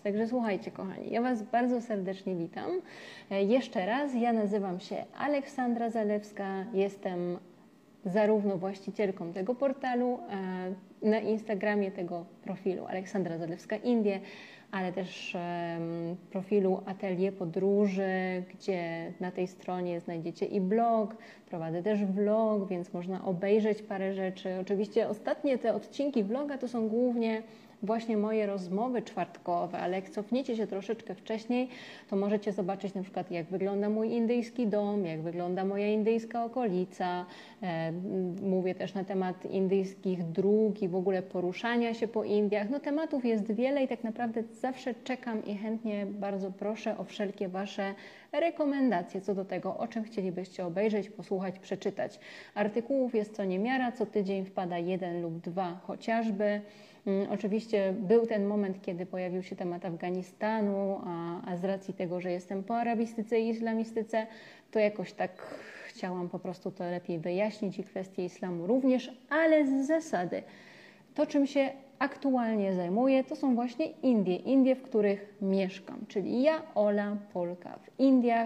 działać. Także słuchajcie, kochani, ja Was bardzo serdecznie witam. Jeszcze raz, ja nazywam się Aleksandra Zalewska, jestem zarówno właścicielką tego portalu, na Instagramie tego profilu Aleksandra Zalewska Indie, ale też profilu Atelier Podróży, gdzie na tej stronie znajdziecie i blog, prowadzę też vlog, więc można obejrzeć parę rzeczy. Oczywiście ostatnie te odcinki vloga to są głównie właśnie moje rozmowy czwartkowe, ale jak cofniecie się troszeczkę wcześniej, to możecie zobaczyć na przykład, jak wygląda mój indyjski dom, jak wygląda moja indyjska okolica. Mówię też na temat indyjskich dróg i w ogóle poruszania się po Indiach. No tematów jest wiele i tak naprawdę zawsze czekam i chętnie bardzo proszę o wszelkie Wasze rekomendacje co do tego, o czym chcielibyście obejrzeć, posłuchać, przeczytać. Artykułów jest co niemiara, co tydzień wpada 1 lub 2 chociażby. Oczywiście był ten moment, kiedy pojawił się temat Afganistanu, a z racji tego, że jestem po arabistyce i islamistyce, to jakoś tak chciałam po prostu to lepiej wyjaśnić i kwestie islamu również, ale z zasady. To, czym się aktualnie zajmuję, to są właśnie Indie. Indie, w których mieszkam, czyli ja, Ola, Polka w Indiach.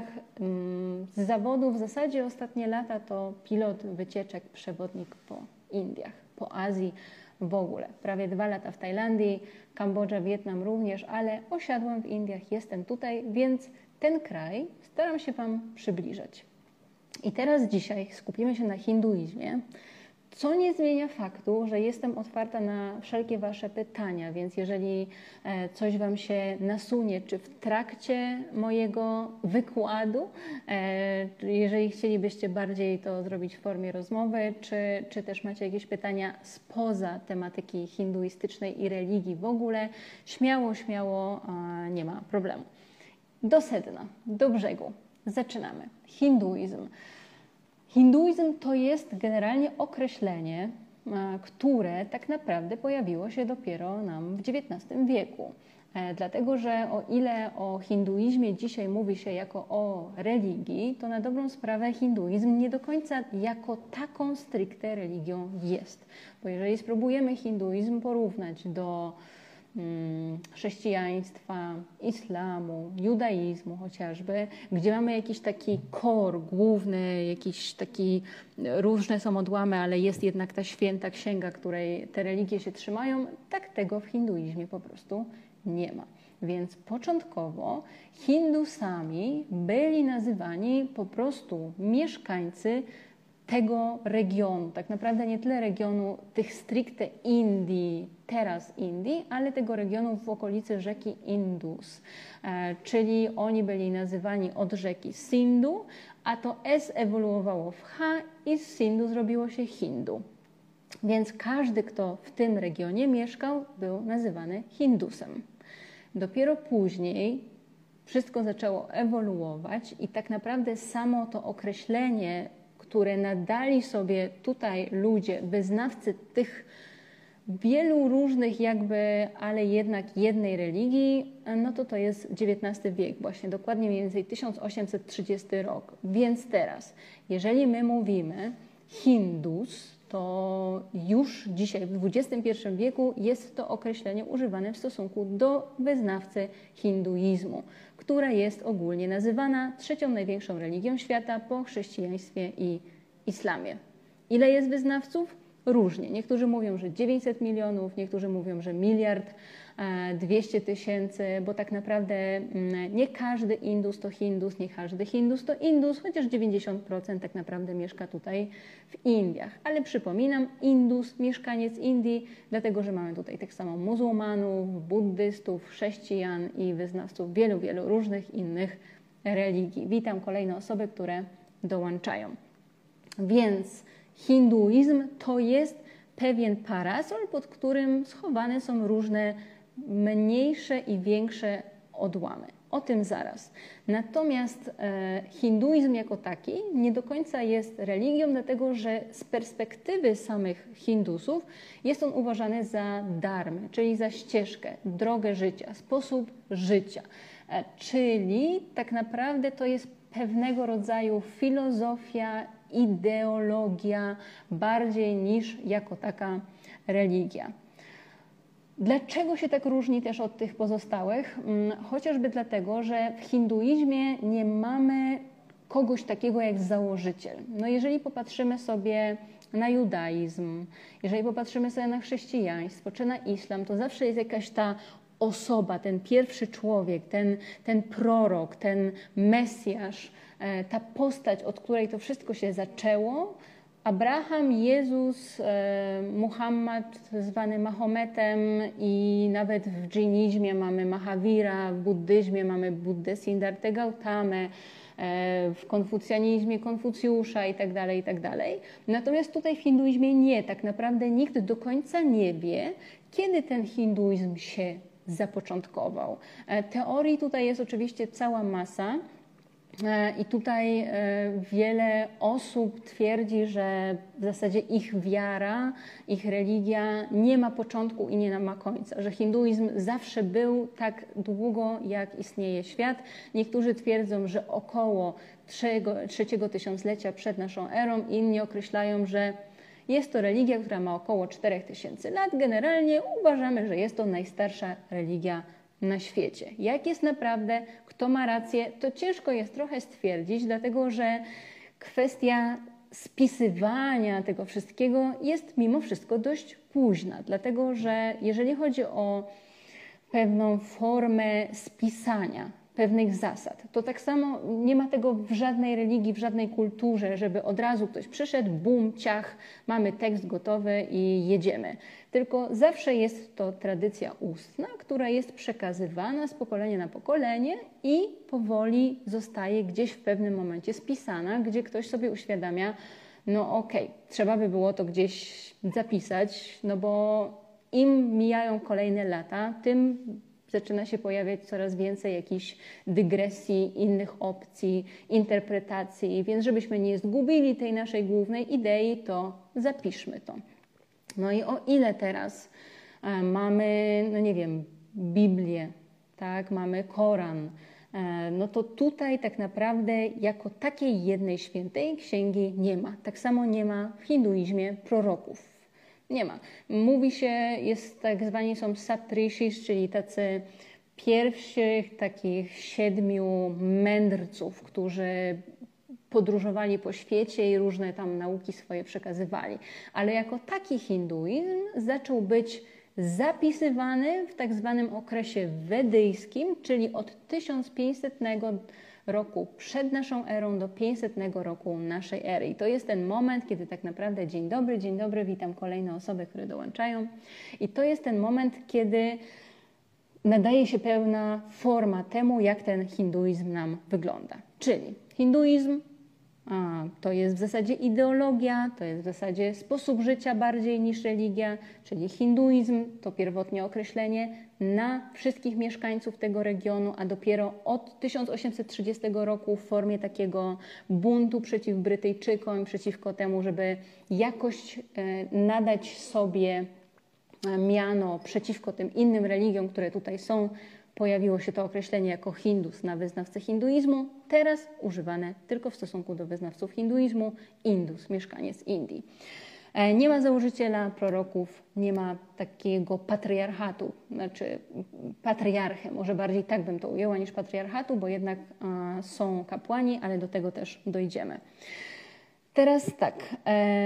Z zawodu w zasadzie ostatnie lata to pilot wycieczek, przewodnik po Indiach, po Azji, w ogóle. Prawie 2 lata w Tajlandii, Kambodża, Wietnam również, ale osiadłam w Indiach, jestem tutaj, więc ten kraj staram się Wam przybliżać. I teraz dzisiaj skupimy się na hinduizmie, co nie zmienia faktu, że jestem otwarta na wszelkie Wasze pytania, więc jeżeli coś Wam się nasunie, czy w trakcie mojego wykładu, jeżeli chcielibyście bardziej to zrobić w formie rozmowy, czy też macie jakieś pytania spoza tematyki hinduistycznej i religii w ogóle, śmiało, nie ma problemu. Do sedna, do brzegu. Zaczynamy. Hinduizm. Hinduizm to jest generalnie określenie, które tak naprawdę pojawiło się dopiero nam w XIX wieku. Dlatego, że o ile o hinduizmie dzisiaj mówi się jako o religii, to na dobrą sprawę hinduizm nie do końca jako taką stricte religią jest. Bo jeżeli spróbujemy hinduizm porównać do chrześcijaństwa, islamu, judaizmu chociażby, gdzie mamy jakiś taki core główny, jakiś taki, różne są odłamy, ale jest jednak ta święta księga, której te religie się trzymają, tak tego w hinduizmie po prostu nie ma. Więc początkowo Hindusami byli nazywani po prostu mieszkańcy tego regionu, tak naprawdę nie tyle regionu tych stricte Indii, teraz Indii, ale tego regionu w okolicy rzeki Indus, czyli oni byli nazywani od rzeki Sindhu, a to S ewoluowało w H i z Sindhu zrobiło się Hindu. Więc każdy, kto w tym regionie mieszkał, był nazywany Hindusem. Dopiero później wszystko zaczęło ewoluować i tak naprawdę samo to określenie, które nadali sobie tutaj ludzie, wyznawcy tych wielu różnych jakby, ale jednak jednej religii, no to jest XIX wiek, właśnie dokładnie mniej więcej 1830 rok. Więc teraz, jeżeli my mówimy Hindus, to już dzisiaj w XXI wieku jest to określenie używane w stosunku do wyznawcy hinduizmu, która jest ogólnie nazywana trzecią największą religią świata po chrześcijaństwie i islamie. Ile jest wyznawców? Różnie. Niektórzy mówią, że 900 milionów, niektórzy mówią, że 1 200 000, bo tak naprawdę nie każdy Indus to Hindus, nie każdy Hindus to Indus, chociaż 90% tak naprawdę mieszka tutaj w Indiach. Ale przypominam, Indus, mieszkaniec Indii, dlatego że mamy tutaj tak samo muzułmanów, buddystów, chrześcijan i wyznawców wielu różnych innych religii. Witam kolejne osoby, które dołączają. Więc hinduizm to jest pewien parasol, pod którym schowane są różne mniejsze i większe odłamy. O tym zaraz. Natomiast hinduizm jako taki nie do końca jest religią, dlatego że z perspektywy samych Hindusów jest on uważany za dharmę, czyli za ścieżkę, drogę życia, sposób życia. Czyli tak naprawdę to jest pewnego rodzaju filozofia, ideologia bardziej niż jako taka religia. Dlaczego się tak różni też od tych pozostałych? Chociażby dlatego, że w hinduizmie nie mamy kogoś takiego jak założyciel. No jeżeli popatrzymy sobie na judaizm, jeżeli popatrzymy sobie na chrześcijaństwo czy na islam, to zawsze jest jakaś ta osoba, ten pierwszy człowiek, ten prorok, ten Mesjasz, ta postać, od której to wszystko się zaczęło. Abraham, Jezus, Muhammad zwany Mahometem i nawet w dżinizmie mamy Mahavira, w buddyzmie mamy Buddę Siddhartę Gautamę, w konfucjanizmie Konfucjusza itd., itd. Natomiast tutaj w hinduizmie nie, tak naprawdę nikt do końca nie wie, kiedy ten hinduizm się zapoczątkował. Teorii tutaj jest oczywiście cała masa. I tutaj wiele osób twierdzi, że w zasadzie ich wiara, ich religia nie ma początku i nie ma końca, że hinduizm zawsze był tak długo, jak istnieje świat. Niektórzy twierdzą, że około trzeciego tysiąclecia przed naszą erą, inni określają, że jest to religia, która ma około 4000 lat. Generalnie uważamy, że jest to najstarsza religia na świecie. Jak jest naprawdę, kto ma rację, to ciężko jest trochę stwierdzić, dlatego że kwestia spisywania tego wszystkiego jest mimo wszystko dość późna, dlatego że jeżeli chodzi o pewną formę spisania pewnych zasad, to tak samo nie ma tego w żadnej religii, w żadnej kulturze, żeby od razu ktoś przyszedł, bum, ciach, mamy tekst gotowy i jedziemy. Tylko zawsze jest to tradycja ustna, która jest przekazywana z pokolenia na pokolenie i powoli zostaje gdzieś w pewnym momencie spisana, gdzie ktoś sobie uświadamia, no okej, trzeba by było to gdzieś zapisać, no bo im mijają kolejne lata, tym zaczyna się pojawiać coraz więcej jakichś dygresji, innych opcji, interpretacji, więc żebyśmy nie zgubili tej naszej głównej idei, to zapiszmy to. No i o ile teraz mamy, no nie wiem, Biblię, tak, mamy Koran, no to tutaj tak naprawdę jako takiej jednej świętej księgi nie ma. Tak samo nie ma w hinduizmie proroków. Nie ma. Mówi się, jest tak zwani są saptrishis, czyli tacy pierwszych takich 7 mędrców, którzy podróżowali po świecie i różne tam nauki swoje przekazywali. Ale jako taki hinduizm zaczął być zapisywany w tak zwanym okresie wedyjskim, czyli od 1500 roku przed naszą erą do 500 roku naszej ery. I to jest ten moment, kiedy tak naprawdę dzień dobry, witam kolejne osoby, które dołączają. I to jest ten moment, kiedy nadaje się pełna forma temu, jak ten hinduizm nam wygląda. Czyli hinduizm to jest w zasadzie ideologia, to jest w zasadzie sposób życia bardziej niż religia, czyli hinduizm to pierwotnie określenie na wszystkich mieszkańców tego regionu, a dopiero od 1830 roku w formie takiego buntu przeciw Brytyjczykom, przeciwko temu, żeby jakoś nadać sobie miano przeciwko tym innym religiom, które tutaj są, pojawiło się to określenie jako Hindus na wyznawcę hinduizmu, teraz używane tylko w stosunku do wyznawców hinduizmu, Indus, mieszkaniec Indii. Nie ma założyciela, proroków, nie ma takiego patriarchatu, znaczy patriarchy, może bardziej tak bym to ujęła niż patriarchatu, bo jednak są kapłani, ale do tego też dojdziemy. Teraz tak,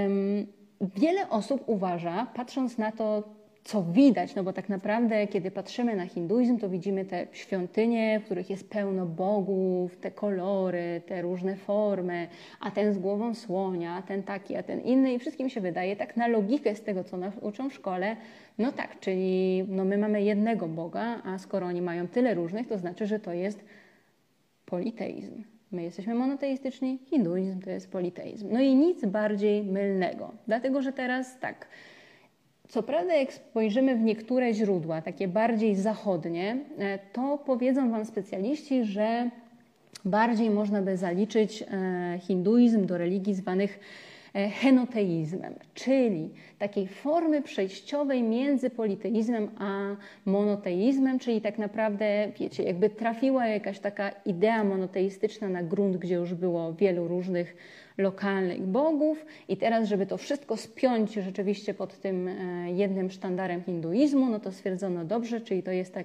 wiele osób uważa, patrząc na to, co widać, no bo tak naprawdę, kiedy patrzymy na hinduizm, to widzimy te świątynie, w których jest pełno bogów, te kolory, te różne formy, a ten z głową słonia, a ten taki, a ten inny i wszystkim się wydaje, tak na logikę z tego, co nas uczą w szkole, no tak, czyli no my mamy jednego Boga, a skoro oni mają tyle różnych, to znaczy, że to jest politeizm. My jesteśmy monoteistyczni, hinduizm to jest politeizm. No i nic bardziej mylnego, dlatego że teraz tak, co prawda, jak spojrzymy w niektóre źródła, takie bardziej zachodnie, to powiedzą Wam specjaliści, że bardziej można by zaliczyć hinduizm do religii zwanych henoteizmem, czyli takiej formy przejściowej między politeizmem a monoteizmem, czyli tak naprawdę, wiecie, jakby trafiła jakaś taka idea monoteistyczna na grunt, gdzie już było wielu różnych lokalnych bogów i teraz, żeby to wszystko spiąć rzeczywiście pod tym jednym sztandarem hinduizmu, no to stwierdzono dobrze, czyli to jest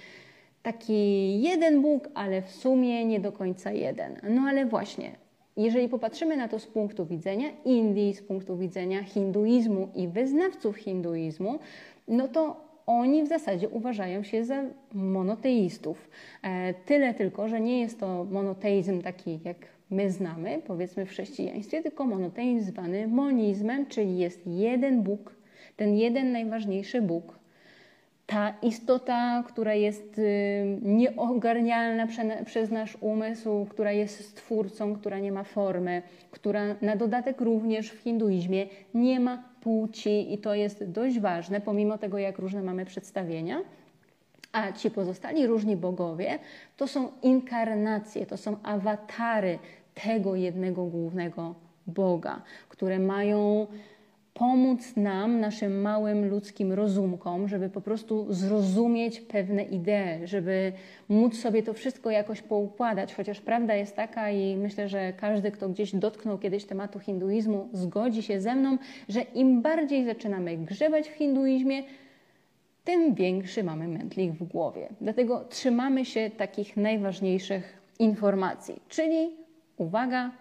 taki jeden Bóg, ale w sumie nie do końca jeden. No ale właśnie, jeżeli popatrzymy na to z punktu widzenia Indii, z punktu widzenia hinduizmu i wyznawców hinduizmu, no to oni w zasadzie uważają się za monoteistów. Tyle tylko, że nie jest to monoteizm taki, jak my znamy, powiedzmy w chrześcijaństwie, tylko monoteizm zwany monizmem, czyli jest jeden Bóg, ten jeden najważniejszy Bóg. Ta istota, która jest nieogarnialna przez nasz umysł, która jest stwórcą, która nie ma formy, która na dodatek również w hinduizmie nie ma płci i to jest dość ważne, pomimo tego, jak różne mamy przedstawienia. A ci pozostali różni bogowie to są inkarnacje, to są awatary tego jednego głównego Boga, które mają pomóc nam, naszym małym ludzkim rozumkom, żeby po prostu zrozumieć pewne idee, żeby móc sobie to wszystko jakoś poukładać. Chociaż prawda jest taka i myślę, że każdy, kto gdzieś dotknął kiedyś tematu hinduizmu, zgodzi się ze mną, że im bardziej zaczynamy grzebać w hinduizmie, tym większy mamy mętlik w głowie. Dlatego trzymamy się takich najważniejszych informacji, czyli uwaga,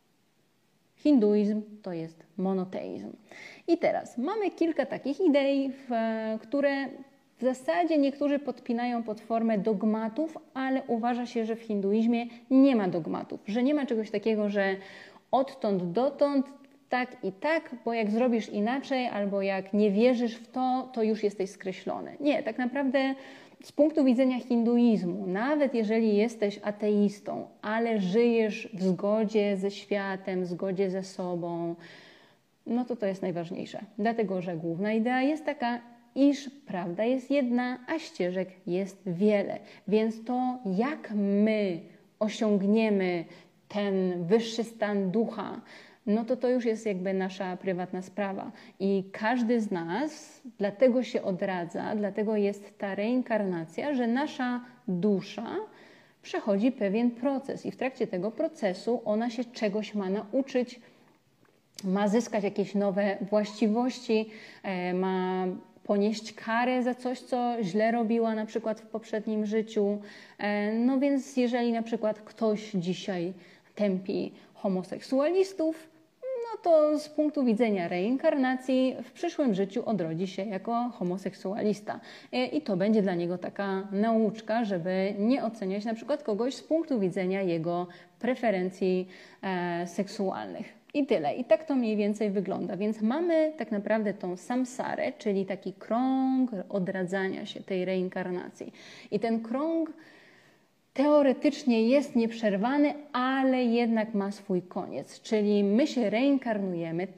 hinduizm to jest monoteizm. I teraz mamy kilka takich idei, które w zasadzie niektórzy podpinają pod formę dogmatów, ale uważa się, że w hinduizmie nie ma dogmatów, że nie ma czegoś takiego, że odtąd dotąd tak i tak, bo jak zrobisz inaczej albo jak nie wierzysz w to, to już jesteś skreślony. Nie, tak naprawdę z punktu widzenia hinduizmu, nawet jeżeli jesteś ateistą, ale żyjesz w zgodzie ze światem, w zgodzie ze sobą, no to jest najważniejsze. Dlatego, że główna idea jest taka, iż prawda jest jedna, a ścieżek jest wiele. Więc to, jak my osiągniemy ten wyższy stan ducha, no to już jest jakby nasza prywatna sprawa. I każdy z nas dlatego się odradza, dlatego jest ta reinkarnacja, że nasza dusza przechodzi pewien proces i w trakcie tego procesu ona się czegoś ma nauczyć, ma zyskać jakieś nowe właściwości, ma ponieść karę za coś, co źle robiła na przykład w poprzednim życiu. No więc jeżeli na przykład ktoś dzisiaj tępi homoseksualistów, no to z punktu widzenia reinkarnacji w przyszłym życiu odrodzi się jako homoseksualista. I to będzie dla niego taka nauczka, żeby nie oceniać na przykład kogoś z punktu widzenia jego preferencji seksualnych. I tyle. I tak to mniej więcej wygląda. Więc mamy tak naprawdę tą samsarę, czyli taki krąg odradzania się tej reinkarnacji. I ten krąg teoretycznie jest nieprzerwany, ale jednak ma swój koniec. Czyli my się reinkarnujemy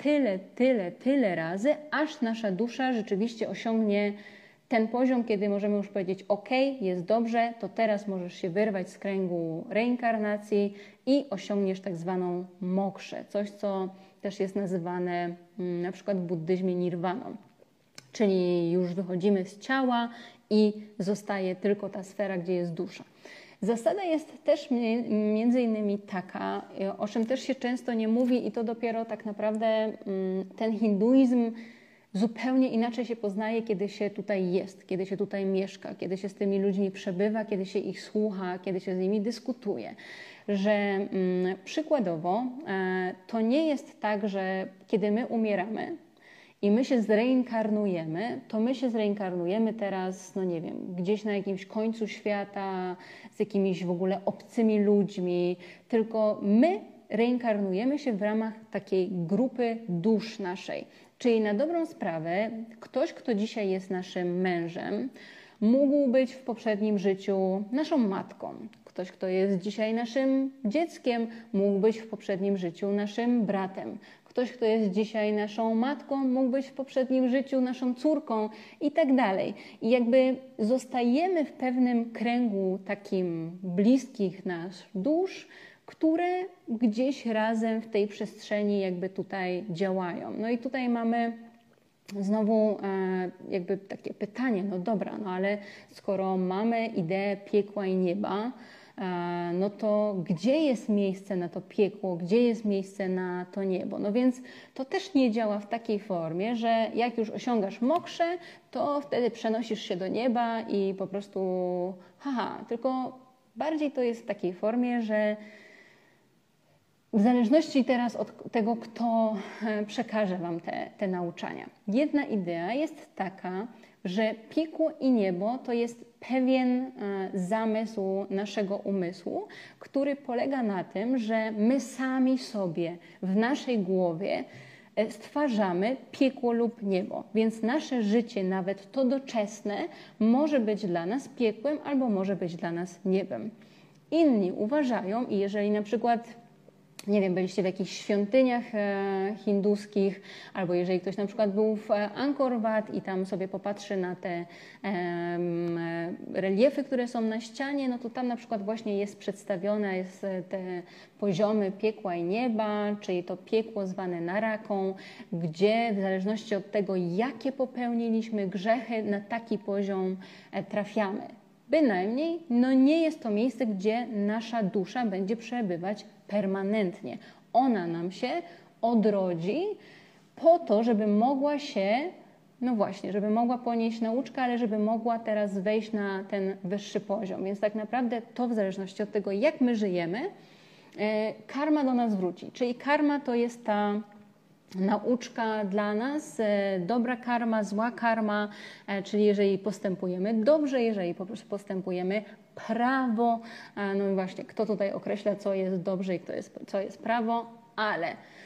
tyle razy, aż nasza dusza rzeczywiście osiągnie ten poziom, kiedy możemy już powiedzieć, ok, jest dobrze, to teraz możesz się wyrwać z kręgu reinkarnacji i osiągniesz tak zwaną mokszę. Coś, co też jest nazywane na przykład w buddyzmie nirwaną. Czyli już wychodzimy z ciała i zostaje tylko ta sfera, gdzie jest dusza. Zasada jest też między innymi taka, o czym też się często nie mówi i to dopiero tak naprawdę ten hinduizm zupełnie inaczej się poznaje, kiedy się tutaj jest, kiedy się tutaj mieszka, kiedy się z tymi ludźmi przebywa, kiedy się ich słucha, kiedy się z nimi dyskutuje. Że przykładowo to nie jest tak, że kiedy my umieramy i my się zreinkarnujemy, to my się zreinkarnujemy teraz, no nie wiem, gdzieś na jakimś końcu świata, z jakimiś w ogóle obcymi ludźmi, tylko my reinkarnujemy się w ramach takiej grupy dusz naszej. Czyli na dobrą sprawę ktoś, kto dzisiaj jest naszym mężem, mógł być w poprzednim życiu naszą matką. Ktoś, kto jest dzisiaj naszym dzieckiem, mógł być w poprzednim życiu naszym bratem. Ktoś, kto jest dzisiaj naszą matką, mógł być w poprzednim życiu naszą córką i tak dalej. I jakby zostajemy w pewnym kręgu takim bliskich nas dusz, które gdzieś razem w tej przestrzeni jakby tutaj działają. No i tutaj mamy znowu jakby takie pytanie, no dobra, no ale skoro mamy ideę piekła i nieba, no to gdzie jest miejsce na to piekło, gdzie jest miejsce na to niebo? No więc to też nie działa w takiej formie, że jak już osiągasz mokrze, to wtedy przenosisz się do nieba i po prostu tylko bardziej to jest w takiej formie, że w zależności teraz od tego, kto przekaże Wam te nauczania. Jedna idea jest taka, że piekło i niebo to jest pewien zamysł naszego umysłu, który polega na tym, że my sami sobie w naszej głowie stwarzamy piekło lub niebo. Więc nasze życie, nawet to doczesne, może być dla nas piekłem albo może być dla nas niebem. Inni uważają, i jeżeli na przykład nie wiem, byliście w jakichś świątyniach hinduskich, albo jeżeli ktoś na przykład był w Angkor Wat i tam sobie popatrzy na te reliefy, które są na ścianie, no to tam na przykład właśnie jest przedstawione te poziomy piekła i nieba, czyli to piekło zwane naraką, gdzie w zależności od tego, jakie popełniliśmy grzechy, na taki poziom trafiamy. Bynajmniej nie jest to miejsce, gdzie nasza dusza będzie przebywać permanentnie. Ona nam się odrodzi po to, żeby mogła się, żeby mogła ponieść nauczkę, ale żeby mogła teraz wejść na ten wyższy poziom. Więc tak naprawdę to w zależności od tego, jak my żyjemy, karma do nas wróci. Czyli karma to jest ta nauczka dla nas, dobra karma, zła karma, czyli jeżeli postępujemy dobrze, jeżeli po prostu postępujemy prawo, no i właśnie, kto tutaj określa, co jest dobrze i co jest prawo, ale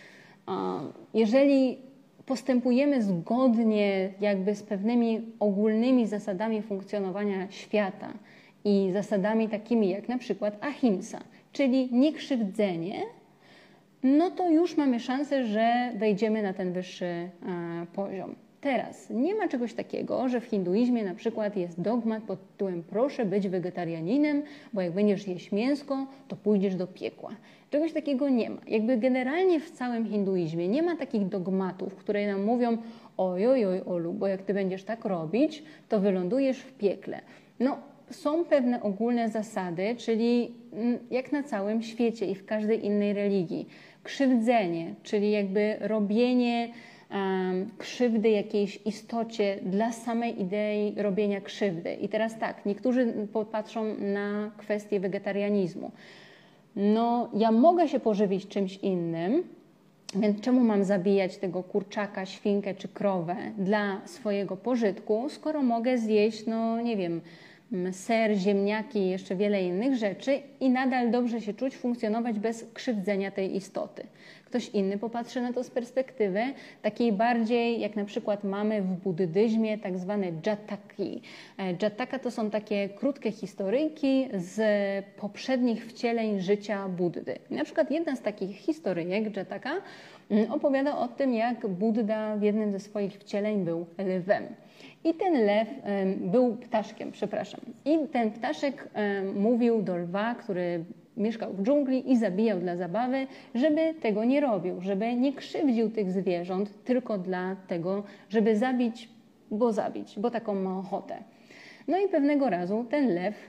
jeżeli postępujemy zgodnie jakby z pewnymi ogólnymi zasadami funkcjonowania świata i zasadami takimi jak na przykład ahimsa, czyli niekrzywdzenie, no to już mamy szansę, że wejdziemy na ten wyższy poziom. Teraz nie ma czegoś takiego, że w hinduizmie na przykład jest dogmat pod tytułem proszę być wegetarianinem, bo jak będziesz jeść mięsko, to pójdziesz do piekła. Czegoś takiego nie ma. Jakby generalnie w całym hinduizmie nie ma takich dogmatów, które nam mówią oj, Olu, bo jak ty będziesz tak robić, to wylądujesz w piekle. No, są pewne ogólne zasady, czyli jak na całym świecie i w każdej innej religii. Krzywdzenie, czyli jakby robienie krzywdy jakiejś istocie dla samej idei robienia krzywdy. I teraz tak, niektórzy popatrzą na kwestię wegetarianizmu. No, ja mogę się pożywić czymś innym, więc czemu mam zabijać tego kurczaka, świnkę czy krowę dla swojego pożytku, skoro mogę zjeść, no nie wiem, ser, ziemniaki i jeszcze wiele innych rzeczy i nadal dobrze się czuć, funkcjonować bez krzywdzenia tej istoty. Ktoś inny popatrzy na to z perspektywy takiej bardziej, jak na przykład mamy w buddyzmie tak zwane jataki. Jataka to są takie krótkie historyjki z poprzednich wcieleń życia Buddy. Na przykład jedna z takich historyjek, jataka, opowiada o tym, jak Buddha w jednym ze swoich wcieleń był lwem. I ten lew był ptaszkiem, przepraszam. I ten ptaszek mówił do lwa, który mieszkał w dżungli i zabijał dla zabawy, żeby tego nie robił, żeby nie krzywdził tych zwierząt tylko dlatego, żeby zabić, bo taką ma ochotę. No i pewnego razu ten lew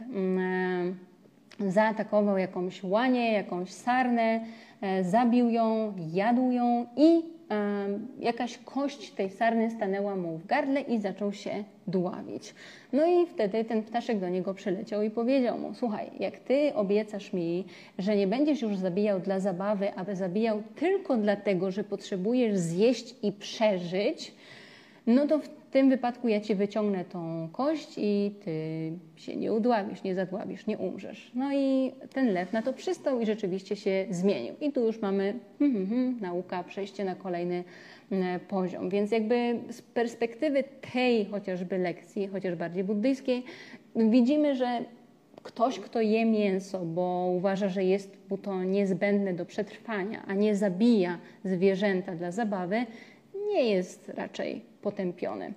zaatakował jakąś łanię, jakąś sarnę, zabił ją, jadł ją i jakaś kość tej sarny stanęła mu w gardle i zaczął się dławić. No i wtedy ten ptaszek do niego przyleciał i powiedział mu: słuchaj, jak ty obiecasz mi, że nie będziesz już zabijał dla zabawy, aby zabijał tylko dlatego, że potrzebujesz zjeść i przeżyć, no to w tym wypadku ja ci wyciągnę tą kość i ty się nie udławisz, nie zadławisz, nie umrzesz. No i ten lew na to przystał i rzeczywiście się zmienił. I tu już mamy nauka, przejście na kolejny poziom. Więc jakby z perspektywy tej chociażby lekcji, chociaż bardziej buddyjskiej, widzimy, że ktoś, kto je mięso, bo uważa, że jest mu to niezbędne do przetrwania, a nie zabija zwierzęta dla zabawy, nie jest raczej potępiony.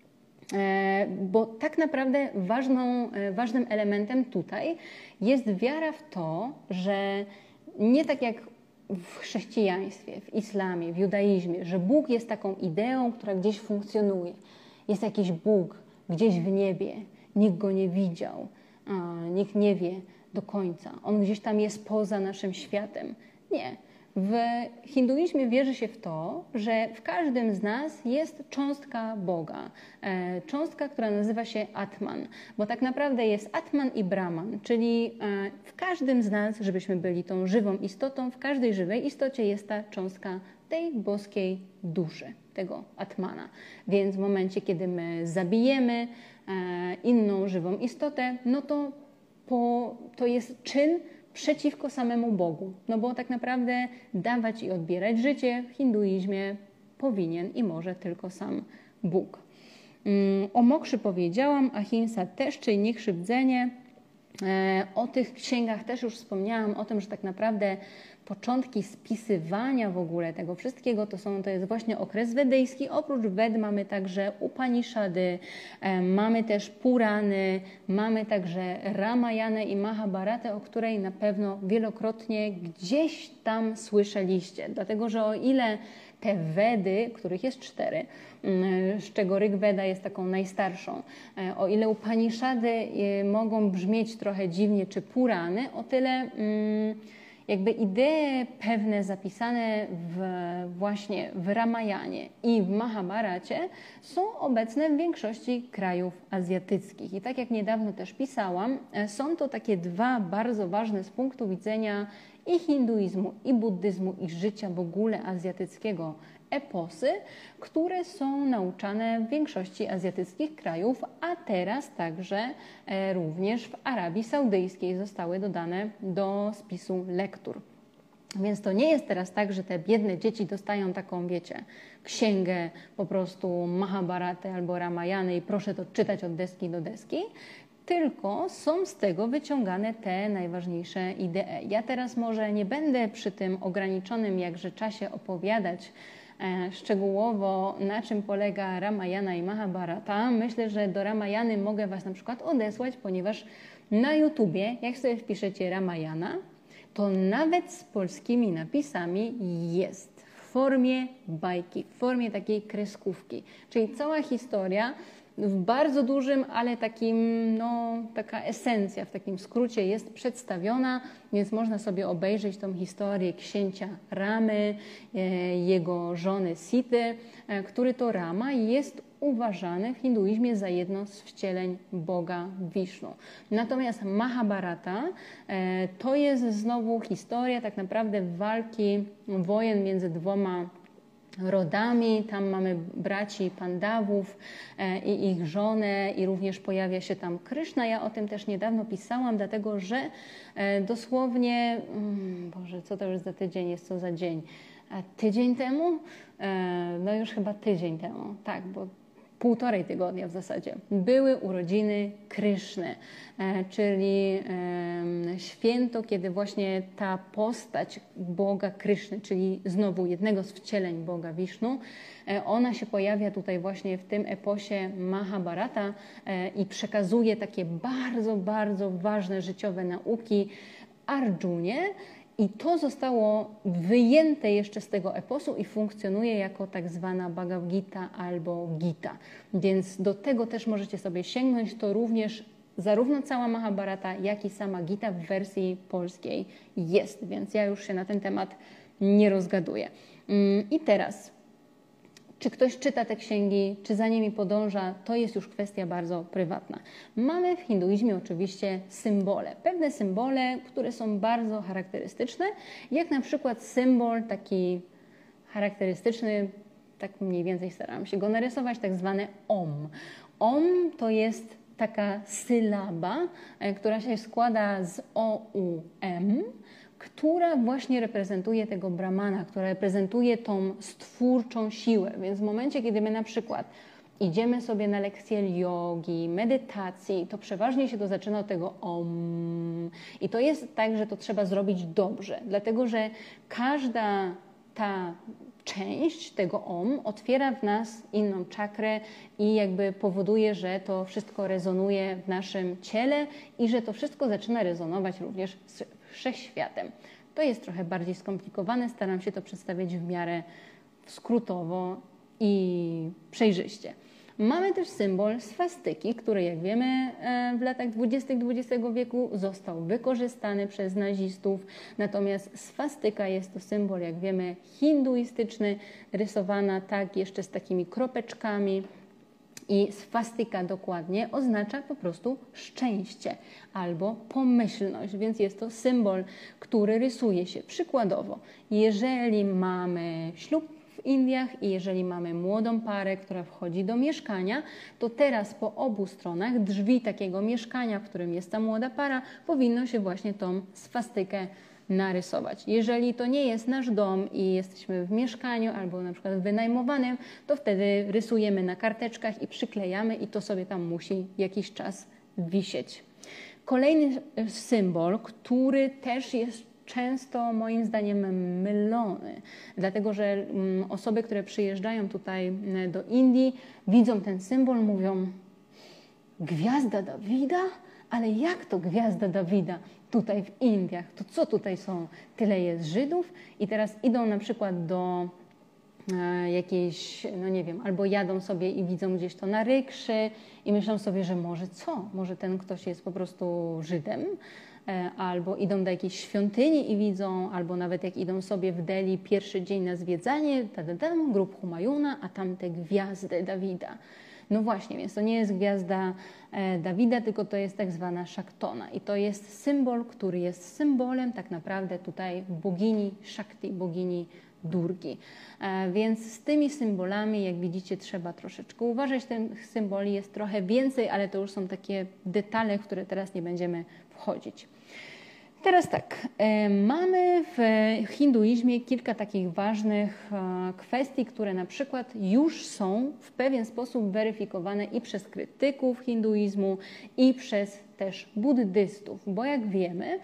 Bo tak naprawdę ważnym elementem tutaj jest wiara w to, że nie tak jak w chrześcijaństwie, w islamie, w judaizmie, że Bóg jest taką ideą, która gdzieś funkcjonuje. Jest jakiś Bóg gdzieś w niebie, nikt go nie widział, nikt nie wie do końca. On gdzieś tam jest poza naszym światem. Nie. W hinduizmie wierzy się w to, że w każdym z nas jest cząstka Boga. Cząstka, która nazywa się Atman, bo tak naprawdę jest Atman i Brahman, czyli w każdym z nas, żebyśmy byli tą żywą istotą, w każdej żywej istocie jest ta cząstka tej boskiej duszy, tego Atmana. Więc w momencie, kiedy my zabijemy inną żywą istotę, no to jest czyn przeciwko samemu Bogu. No bo tak naprawdę dawać i odbierać życie w hinduizmie powinien i może tylko sam Bóg. O mokrzy powiedziałam, ahimsa też, czyli niekrzywdzenie. O tych księgach też już wspomniałam, o tym, że tak naprawdę początki spisywania w ogóle tego wszystkiego to jest właśnie okres wedyjski. Oprócz Wed mamy także Upaniszady, mamy też Purany, mamy także Ramayanę i Mahabharatę, o której na pewno wielokrotnie gdzieś tam słyszeliście. Dlatego, że o ile te Wedy, których jest 4, z czego Rig Veda jest taką najstarszą, o ile Upaniszady mogą brzmieć trochę dziwnie, czy Purany, o tyle jakby idee pewne zapisane właśnie w Ramayanie i w Mahabharacie są obecne w większości krajów azjatyckich. I tak jak niedawno też pisałam, są to takie dwa bardzo ważne z punktu widzenia i hinduizmu, i buddyzmu, i życia w ogóle azjatyckiego eposy, które są nauczane w większości azjatyckich krajów, a teraz także również w Arabii Saudyjskiej zostały dodane do spisu lektur. Więc to nie jest teraz tak, że te biedne dzieci dostają taką, wiecie, księgę po prostu Mahabharatę albo Ramayany i proszę to czytać od deski do deski, tylko są z tego wyciągane te najważniejsze idee. Ja teraz może nie będę przy tym ograniczonym jakże czasie opowiadać szczegółowo, na czym polega Ramayana i Mahabharata. Myślę, że do Ramayany mogę Was na przykład odesłać, ponieważ na YouTubie, jak sobie wpiszecie Ramayana, to nawet z polskimi napisami jest w formie bajki, w formie takiej kreskówki. Czyli cała historia w bardzo dużym, ale takim, taka esencja w takim skrócie jest przedstawiona, więc można sobie obejrzeć tą historię księcia Ramy, jego żony Sity, który to Rama jest uważany w hinduizmie za jedno z wcieleń Boga Wisznu. Natomiast Mahabharata to jest znowu historia tak naprawdę walki, wojen między dwoma rodami. Tam mamy braci Pandawów i ich żonę i również pojawia się tam Kryszna. Ja o tym też niedawno pisałam, dlatego że dosłownie, Boże, co to już za tydzień jest, co za dzień? Tydzień temu? No już chyba tydzień temu, tak, bo 1,5 tygodnia w zasadzie, były urodziny Kryszny, czyli święto, kiedy właśnie ta postać Boga Kryszny, czyli znowu jednego z wcieleń Boga Wisznu, ona się pojawia tutaj właśnie w tym eposie Mahabharata i przekazuje takie bardzo, bardzo ważne życiowe nauki Arjunie. I to zostało wyjęte jeszcze z tego eposu i funkcjonuje jako tak zwana Bhagavad Gita albo Gita. Więc do tego też możecie sobie sięgnąć. To również zarówno cała Mahabharata, jak i sama Gita w wersji polskiej jest. Więc ja już się na ten temat nie rozgaduję. I teraz, czy ktoś czyta te księgi, czy za nimi podąża, to jest już kwestia bardzo prywatna. Mamy w hinduizmie oczywiście symbole. Pewne symbole, które są bardzo charakterystyczne, jak na przykład symbol taki charakterystyczny, tak mniej więcej starałam się go narysować, tak zwany Om. Om to jest taka sylaba, która się składa z O-U-M, która właśnie reprezentuje tego Brahmana, która reprezentuje tą stwórczą siłę. Więc w momencie, kiedy my na przykład idziemy sobie na lekcję jogi, medytacji, to przeważnie się to zaczyna od tego Om. I to jest tak, że to trzeba zrobić dobrze, dlatego że każda ta część tego Om otwiera w nas inną czakrę i jakby powoduje, że to wszystko rezonuje w naszym ciele i że to wszystko zaczyna rezonować również z wszechświatem. To jest trochę bardziej skomplikowane, staram się to przedstawiać w miarę skrótowo i przejrzyście. Mamy też symbol swastyki, który jak wiemy w latach 20. XX wieku został wykorzystany przez nazistów. Natomiast swastyka jest to symbol, jak wiemy, hinduistyczny, rysowana tak jeszcze z takimi kropeczkami. I swastyka dokładnie oznacza po prostu szczęście albo pomyślność, więc jest to symbol, który rysuje się przykładowo. Jeżeli mamy ślub w Indiach i jeżeli mamy młodą parę, która wchodzi do mieszkania, to teraz po obu stronach drzwi takiego mieszkania, w którym jest ta młoda para, powinno się właśnie tą swastykę narysować. Jeżeli to nie jest nasz dom i jesteśmy w mieszkaniu albo na przykład wynajmowanym, to wtedy rysujemy na karteczkach i przyklejamy i to sobie tam musi jakiś czas wisieć. Kolejny symbol, który też jest często moim zdaniem mylony, dlatego że osoby, które przyjeżdżają tutaj do Indii, widzą ten symbol, mówią: gwiazda Dawida? Ale jak to gwiazda Dawida tutaj w Indiach? To co tutaj są? Tyle jest Żydów? I teraz idą na przykład do jakiejś, no nie wiem, albo jadą sobie i widzą gdzieś to na rykszy i myślą sobie, że może co? Może ten ktoś jest po prostu Żydem? Albo idą do jakiejś świątyni i widzą, albo nawet jak idą sobie w Delhi pierwszy dzień na zwiedzanie, grób Humayuna, a tam te gwiazdy Dawida. No właśnie, więc to nie jest gwiazda Dawida, tylko to jest tak zwana Shaktona. I to jest symbol, który jest symbolem tak naprawdę tutaj bogini Shakti, bogini Durgi. Więc z tymi symbolami, jak widzicie, trzeba troszeczkę uważać. Tych symboli jest trochę więcej, ale to już są takie detale, w które teraz nie będziemy wchodzić. Teraz tak, mamy w hinduizmie kilka takich ważnych kwestii, które na przykład już są w pewien sposób weryfikowane i przez krytyków hinduizmu, i przez też buddystów, bo jak wiemy,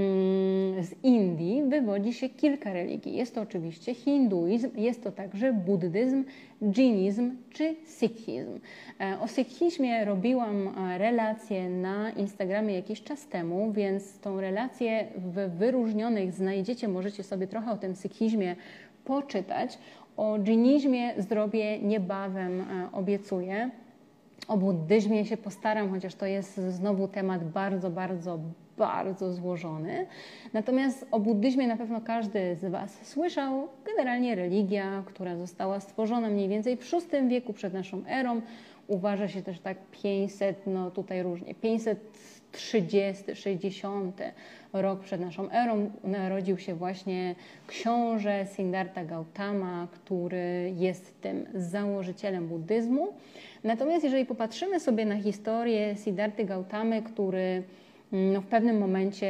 z Indii wywodzi się kilka religii. Jest to oczywiście hinduizm, jest to także buddyzm, dżinizm czy sikhizm. O sikhizmie robiłam relację na Instagramie jakiś czas temu, więc tą relację w wyróżnionych znajdziecie, możecie sobie trochę o tym sikhizmie poczytać. O dżinizmie zrobię niebawem, obiecuję. O buddyzmie się postaram, chociaż to jest znowu temat bardzo złożony. Natomiast o buddyzmie na pewno każdy z Was słyszał. Generalnie religia, która została stworzona mniej więcej w VI wieku przed naszą erą. Uważa się też tak 500, no tutaj różnie, 530, 60 rok przed naszą erą narodził się właśnie książę Siddhartha Gautama, który jest tym założycielem buddyzmu. Natomiast jeżeli popatrzymy sobie na historię Siddharty Gautamy, który w pewnym momencie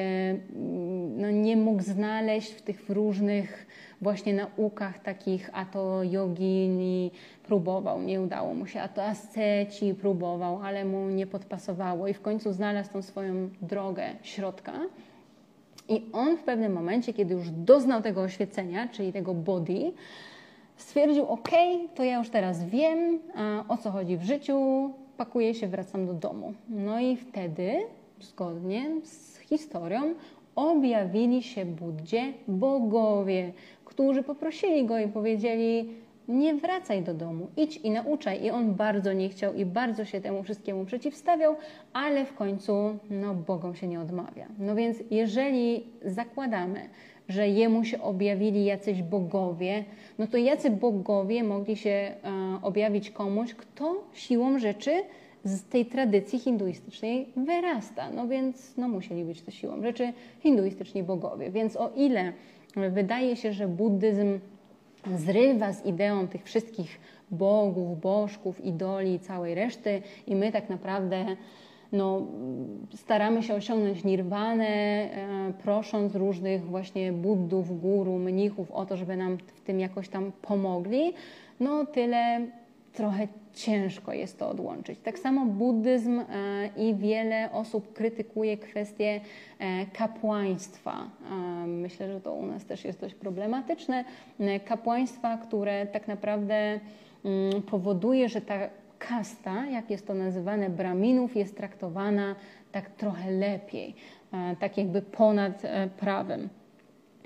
nie mógł znaleźć w tych różnych właśnie naukach takich, a to jogini próbował, nie udało mu się, a to asceci próbował, ale mu nie podpasowało i w końcu znalazł tą swoją drogę środka. I on w pewnym momencie, kiedy już doznał tego oświecenia, czyli tego bodhi, stwierdził: ok, to ja już teraz wiem, o co chodzi w życiu, pakuję się, wracam do domu. No i wtedy, zgodnie z historią, objawili się Buddzie bogowie, którzy poprosili go i powiedzieli: nie wracaj do domu, idź i nauczaj. I on bardzo nie chciał i bardzo się temu wszystkiemu przeciwstawiał, ale w końcu bogom się nie odmawia. No więc jeżeli zakładamy, że jemu się objawili jacyś bogowie, no to jacy bogowie mogli się objawić komuś, kto siłą rzeczy z tej tradycji hinduistycznej wyrasta. No więc musieli być to siłą rzeczy hinduistyczni bogowie. Więc o ile wydaje się, że buddyzm zrywa z ideą tych wszystkich bogów, bożków, idoli i całej reszty i my tak naprawdę staramy się osiągnąć nirwanę, prosząc różnych właśnie buddów, guru, mnichów o to, żeby nam w tym jakoś tam pomogli, tyle trochę ciężko jest to odłączyć. Tak samo buddyzm i wiele osób krytykuje kwestię kapłaństwa. Myślę, że to u nas też jest dość problematyczne. Kapłaństwa, które tak naprawdę powoduje, że ta kasta, jak jest to nazywane, braminów, jest traktowana tak trochę lepiej, tak jakby ponad prawem.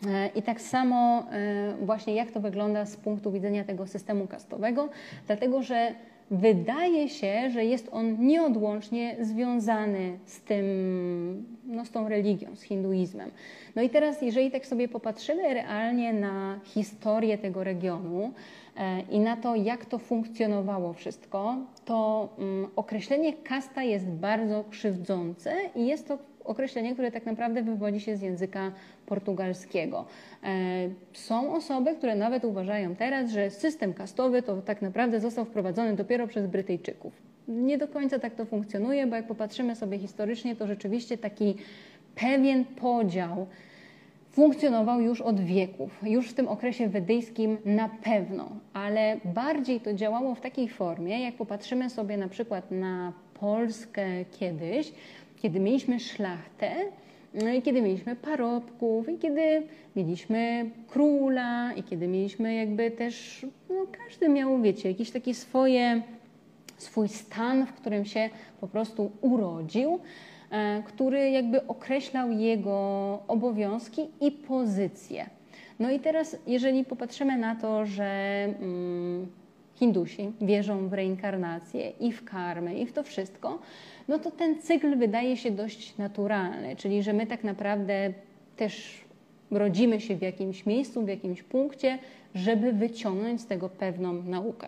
I tak samo właśnie jak to wygląda z punktu widzenia tego systemu kastowego, dlatego że wydaje się, że jest on nieodłącznie związany z tym, no, z tą religią, z hinduizmem. No i teraz, jeżeli tak sobie popatrzymy realnie na historię tego regionu i na to, jak to funkcjonowało wszystko, to określenie kasta jest bardzo krzywdzące i jest to określenie, które tak naprawdę wywodzi się z języka portugalskiego. Są osoby, które nawet uważają teraz, że system kastowy to tak naprawdę został wprowadzony dopiero przez Brytyjczyków. Nie do końca tak to funkcjonuje, bo jak popatrzymy sobie historycznie, to rzeczywiście taki pewien podział funkcjonował już od wieków, już w tym okresie wedyjskim na pewno, ale bardziej to działało w takiej formie, jak popatrzymy sobie na przykład na Polskę kiedyś, kiedy mieliśmy szlachtę, i kiedy mieliśmy parobków, i kiedy mieliśmy króla, i kiedy mieliśmy jakby też, no każdy miał, wiecie, jakiś taki swój stan, w którym się po prostu urodził, który jakby określał jego obowiązki i pozycje. No i teraz, jeżeli popatrzymy na to, że Hindusi wierzą w reinkarnację i w karmę i w to wszystko, no to ten cykl wydaje się dość naturalny, czyli że my tak naprawdę też rodzimy się w jakimś miejscu, w jakimś punkcie, żeby wyciągnąć z tego pewną naukę.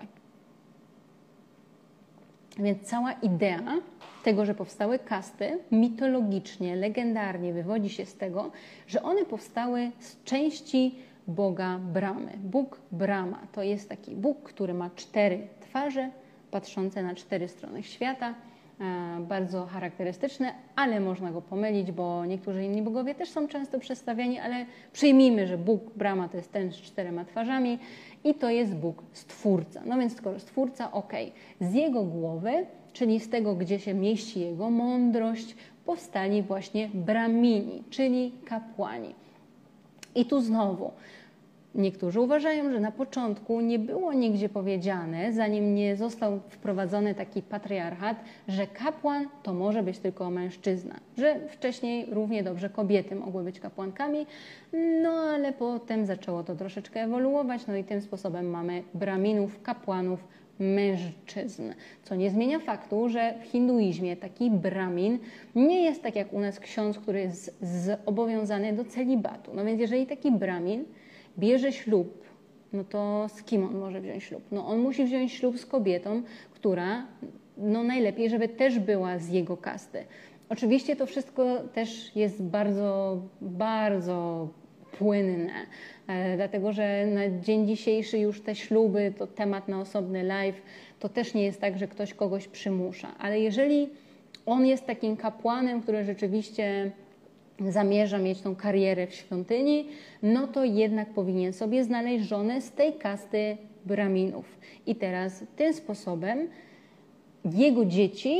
Więc cała idea tego, że powstały kasty, mitologicznie, legendarnie wywodzi się z tego, że one powstały z części boga Brahmy. Bóg Brahma to jest taki Bóg, który ma 4 twarze, patrzące na 4 strony świata, bardzo charakterystyczne, ale można go pomylić, bo niektórzy inni bogowie też są często przedstawiani, ale przyjmijmy, że Bóg Brahma to jest ten z 4 twarzami i to jest Bóg Stwórca. No więc skoro Stwórca, z jego głowy, czyli z tego, gdzie się mieści jego mądrość, powstali właśnie Brahmini, czyli kapłani. I tu znowu, niektórzy uważają, że na początku nie było nigdzie powiedziane, zanim nie został wprowadzony taki patriarchat, że kapłan to może być tylko mężczyzna, że wcześniej równie dobrze kobiety mogły być kapłankami, no ale potem zaczęło to troszeczkę ewoluować, no i tym sposobem mamy brahminów, kapłanów, mężczyzn, co nie zmienia faktu, że w hinduizmie taki brahmin nie jest tak jak u nas ksiądz, który jest zobowiązany do celibatu. No więc jeżeli taki brahmin bierze ślub, no to z kim on może wziąć ślub? No on musi wziąć ślub z kobietą, która no najlepiej, żeby też była z jego kasty. Oczywiście to wszystko też jest bardzo, bardzo płynne, dlatego że na dzień dzisiejszy już te śluby to temat na osobny live, to też nie jest tak, że ktoś kogoś przymusza, ale jeżeli on jest takim kapłanem, który rzeczywiście zamierza mieć tą karierę w świątyni, no to jednak powinien sobie znaleźć żonę z tej kasty brahminów. I teraz tym sposobem jego dzieci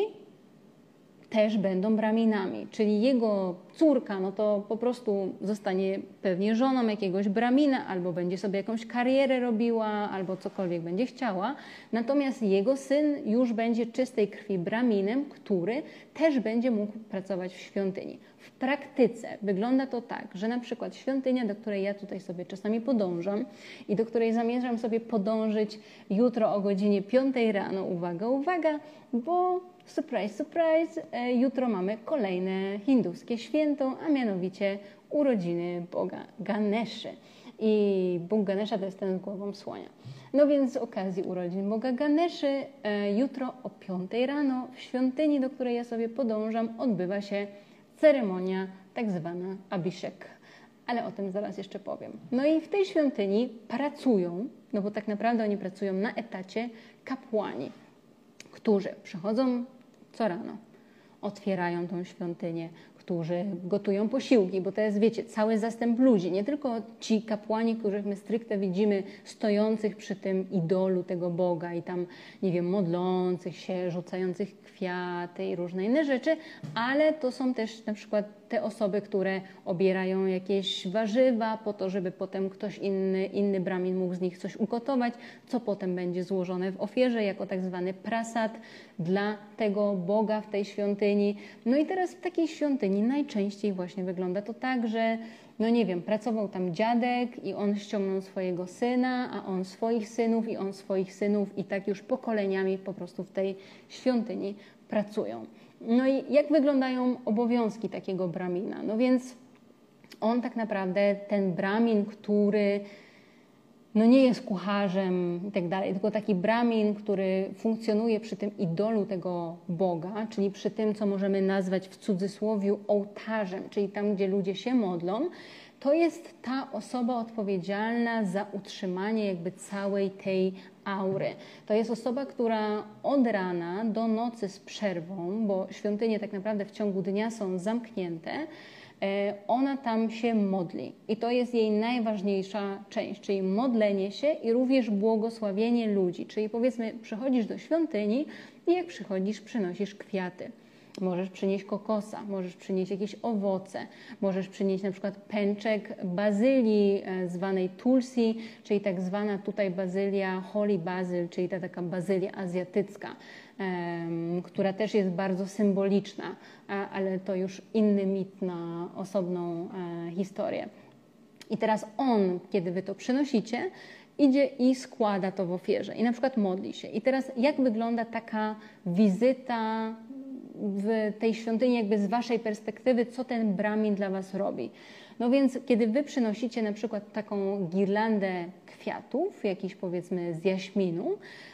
też będą brahminami, czyli jego córka, no to po prostu zostanie pewnie żoną jakiegoś brahmina, albo będzie sobie jakąś karierę robiła, albo cokolwiek będzie chciała. Natomiast jego syn już będzie czystej krwi brahminem, który też będzie mógł pracować w świątyni. W praktyce wygląda to tak, że na przykład świątynia, do której ja tutaj sobie czasami podążam i do której zamierzam sobie podążyć jutro o godzinie 5 rano, uwaga, uwaga, bo surprise, surprise, jutro mamy kolejne hinduskie święto, a mianowicie urodziny Boga Ganeszy. I Bóg Ganesha to jest ten z głową słonia. No więc z okazji urodzin Boga Ganeszy jutro o 5 rano w świątyni, do której ja sobie podążam, odbywa się ceremonia tak zwana Abhishek. Ale o tym zaraz jeszcze powiem. No i w tej świątyni pracują, no bo tak naprawdę oni pracują na etacie, kapłani, którzy przychodzą co rano, otwierają tą świątynię, którzy gotują posiłki, bo to jest, wiecie, cały zastęp ludzi, nie tylko ci kapłani, których my stricte widzimy stojących przy tym idolu tego Boga i tam, nie wiem, modlących się, rzucających kwiaty i różne inne rzeczy, ale to są też na przykład te osoby, które obierają jakieś warzywa po to, żeby potem ktoś inny brahmin mógł z nich coś ugotować, co potem będzie złożone w ofierze jako tak zwany prasad dla tego Boga w tej świątyni. No i teraz w takiej świątyni najczęściej właśnie wygląda to tak, że no nie wiem, pracował tam dziadek i on ściągnął swojego syna, a on swoich synów i on swoich synów i tak już pokoleniami po prostu w tej świątyni pracują. No i jak wyglądają obowiązki takiego bramina? No więc on tak naprawdę, ten bramin, który no nie jest kucharzem i tak dalej, tylko taki bramin, który funkcjonuje przy tym idolu tego Boga, czyli przy tym, co możemy nazwać w cudzysłowie ołtarzem, czyli tam, gdzie ludzie się modlą, to jest ta osoba odpowiedzialna za utrzymanie jakby całej tej aury. To jest osoba, która od rana do nocy z przerwą, bo świątynie tak naprawdę w ciągu dnia są zamknięte, ona tam się modli i to jest jej najważniejsza część, czyli modlenie się i również błogosławienie ludzi, czyli powiedzmy przychodzisz do świątyni i jak przychodzisz, przynosisz kwiaty. Możesz przynieść kokosa, możesz przynieść jakieś owoce, możesz przynieść na przykład pęczek bazylii zwanej tulsi, czyli tak zwana tutaj bazylia holy basil, czyli ta taka bazylia azjatycka, która też jest bardzo symboliczna, ale to już inny mit na osobną historię. I teraz on, kiedy wy to przynosicie, idzie i składa to w ofierze i na przykład modli się. I teraz jak wygląda taka wizyta w tej świątyni jakby z waszej perspektywy, co ten bramin dla was robi? No więc kiedy wy przynosicie na przykład taką girlandę kwiatów, jakiś powiedzmy z jaśminu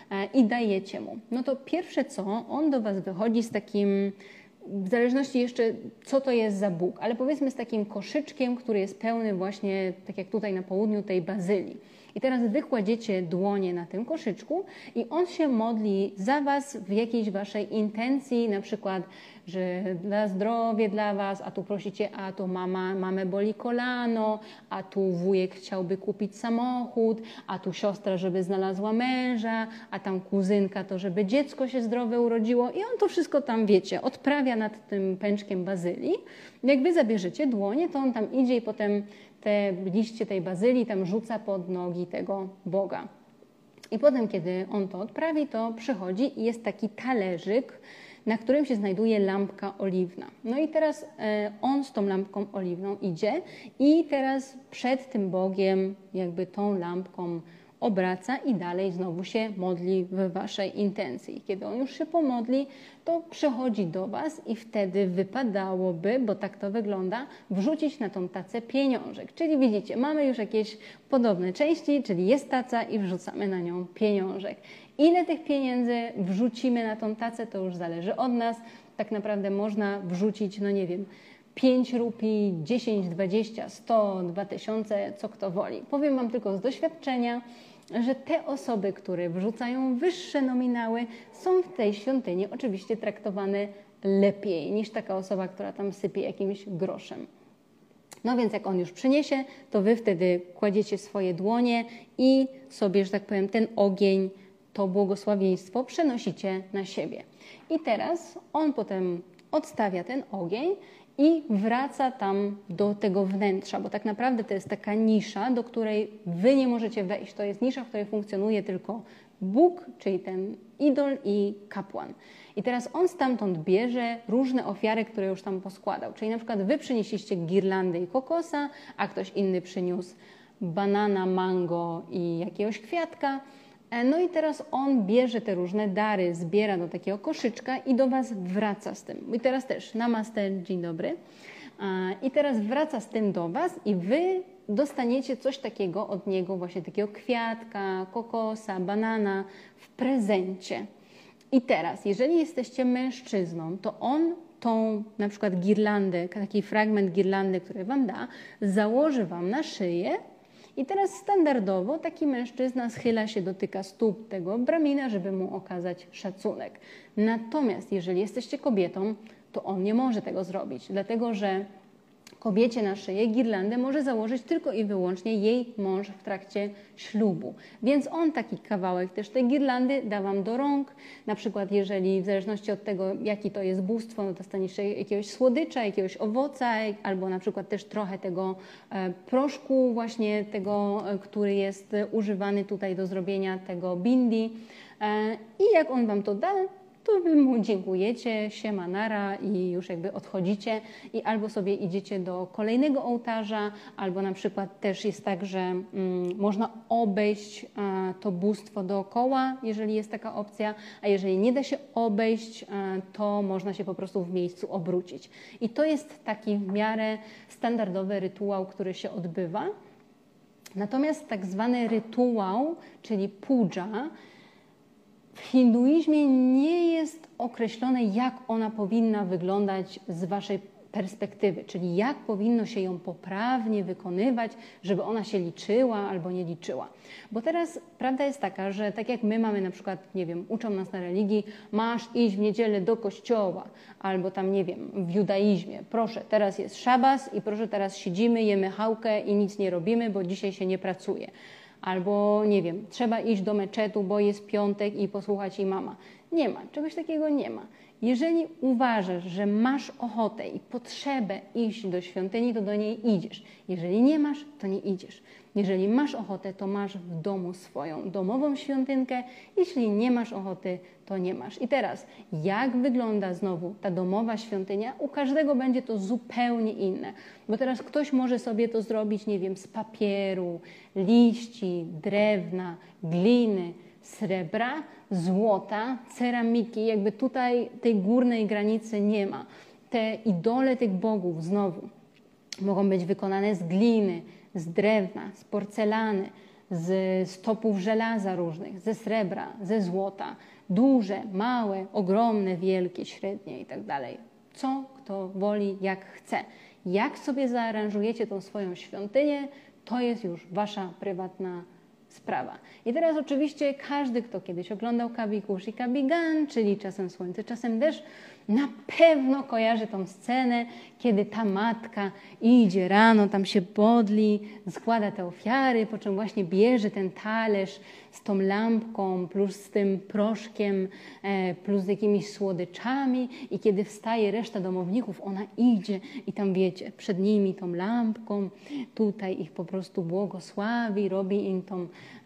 i dajecie mu, no to pierwsze co, on do was wychodzi z takim, w zależności jeszcze co to jest za Bóg, ale powiedzmy z takim koszyczkiem, który jest pełny właśnie, tak jak tutaj na południu, tej bazylii. I teraz wy kładziecie dłonie na tym koszyczku i on się modli za was w jakiejś waszej intencji, na przykład, że dla zdrowie dla was, a tu prosicie, a tu mamę boli kolano, a tu wujek chciałby kupić samochód, a tu siostra, żeby znalazła męża, a tam kuzynka to, żeby dziecko się zdrowe urodziło i on to wszystko tam, wiecie, odprawia nad tym pęczkiem bazylii. Jak wy zabierzecie dłonie, to on tam idzie i potem te liście tej bazylii tam rzuca pod nogi tego Boga. I potem, kiedy on to odprawi, to przychodzi i jest taki talerzyk, na którym się znajduje lampka oliwna. No i teraz on z tą lampką oliwną idzie i teraz przed tym Bogiem jakby tą lampką obraca i dalej znowu się modli w waszej intencji. Kiedy on już się pomodli, to przychodzi do was i wtedy wypadałoby, bo tak to wygląda, wrzucić na tą tacę pieniążek. Czyli widzicie, mamy już jakieś podobne części, czyli jest taca i wrzucamy na nią pieniążek. Ile tych pieniędzy wrzucimy na tą tacę, to już zależy od nas. Tak naprawdę można wrzucić, no nie wiem, 5 rupii, 10, 20, 100, 2000, co kto woli. Powiem wam tylko z doświadczenia, że te osoby, które wrzucają wyższe nominały, są w tej świątyni oczywiście traktowane lepiej niż taka osoba, która tam sypie jakimś groszem. No więc jak on już przyniesie, to wy wtedy kładziecie swoje dłonie i sobie, że tak powiem, ten ogień, to błogosławieństwo przenosicie na siebie. I teraz on potem odstawia ten ogień i wraca tam do tego wnętrza, bo tak naprawdę to jest taka nisza, do której wy nie możecie wejść. To jest nisza, w której funkcjonuje tylko Bóg, czyli ten idol i kapłan. I teraz on stamtąd bierze różne ofiary, które już tam poskładał. Czyli na przykład wy przynieśliście girlandę i kokosa, a ktoś inny przyniósł banana, mango i jakiegoś kwiatka. No i teraz on bierze te różne dary, zbiera do takiego koszyczka i do was wraca z tym. I teraz też namaste, dzień dobry. I teraz wraca z tym do was i wy dostaniecie coś takiego od niego, właśnie takiego kwiatka, kokosa, banana w prezencie. I teraz, jeżeli jesteście mężczyzną, to on tą na przykład girlandę, taki fragment girlandy, który wam da, założy wam na szyję. I teraz standardowo taki mężczyzna schyla się, dotyka stóp tego bramina, żeby mu okazać szacunek. Natomiast jeżeli jesteście kobietą, to on nie może tego zrobić, dlatego że kobiecie na szyję girlandę może założyć tylko i wyłącznie jej mąż w trakcie ślubu. Więc on taki kawałek też tej girlandy da wam do rąk. Na przykład jeżeli w zależności od tego, jaki to jest bóstwo, no dostaniecie jakiegoś słodycza, jakiegoś owoca, albo na przykład też trochę tego proszku właśnie tego, który jest używany tutaj do zrobienia tego bindi. I jak on wam to da, to wy mu dziękujecie, siema, nara i już jakby odchodzicie i albo sobie idziecie do kolejnego ołtarza, albo na przykład też jest tak, że można obejść to bóstwo dookoła, jeżeli jest taka opcja, a jeżeli nie da się obejść, to można się po prostu w miejscu obrócić. I to jest taki w miarę standardowy rytuał, który się odbywa. Natomiast tak zwany rytuał, czyli puja, w hinduizmie nie jest określone, jak ona powinna wyglądać z waszej perspektywy, czyli jak powinno się ją poprawnie wykonywać, żeby ona się liczyła albo nie liczyła. Bo teraz prawda jest taka, że tak jak my mamy na przykład, nie wiem, uczą nas na religii, masz iść w niedzielę do kościoła, albo tam, nie wiem, w judaizmie, proszę, teraz jest szabas i proszę, teraz siedzimy, jemy chałkę i nic nie robimy, bo dzisiaj się nie pracuje. Albo, nie wiem, trzeba iść do meczetu, bo jest piątek i posłuchać imama. Nie ma, czegoś takiego nie ma. Jeżeli uważasz, że masz ochotę i potrzebę iść do świątyni, to do niej idziesz. Jeżeli nie masz, to nie idziesz. Jeżeli masz ochotę, to masz w domu swoją domową świątynkę. Jeśli nie masz ochoty, to nie masz. I teraz, jak wygląda znowu ta domowa świątynia? U każdego będzie to zupełnie inne. Bo teraz ktoś może sobie to zrobić, nie wiem, z papieru, liści, drewna, gliny, srebra, złota, ceramiki. Jakby tutaj tej górnej granicy nie ma. Te idole tych bogów znowu mogą być wykonane z gliny, z drewna, z porcelany, z stopów żelaza różnych, ze srebra, ze złota. Duże, małe, ogromne, wielkie, średnie i tak dalej. Co kto woli, jak chce. Jak sobie zaaranżujecie tą swoją świątynię, to jest już wasza prywatna sprawa. I teraz oczywiście każdy, kto kiedyś oglądał Kabi Kush i Kabi Gan, czyli Czasem Słońce, Czasem Deszcz, na pewno kojarzy tą scenę, kiedy ta matka idzie rano, tam się modli, składa te ofiary, po czym właśnie bierze ten talerz z tą lampką, plus z tym proszkiem, plus z jakimiś słodyczami i kiedy wstaje reszta domowników, ona idzie i tam wiecie, przed nimi tą lampką, tutaj ich po prostu błogosławi, robi im tą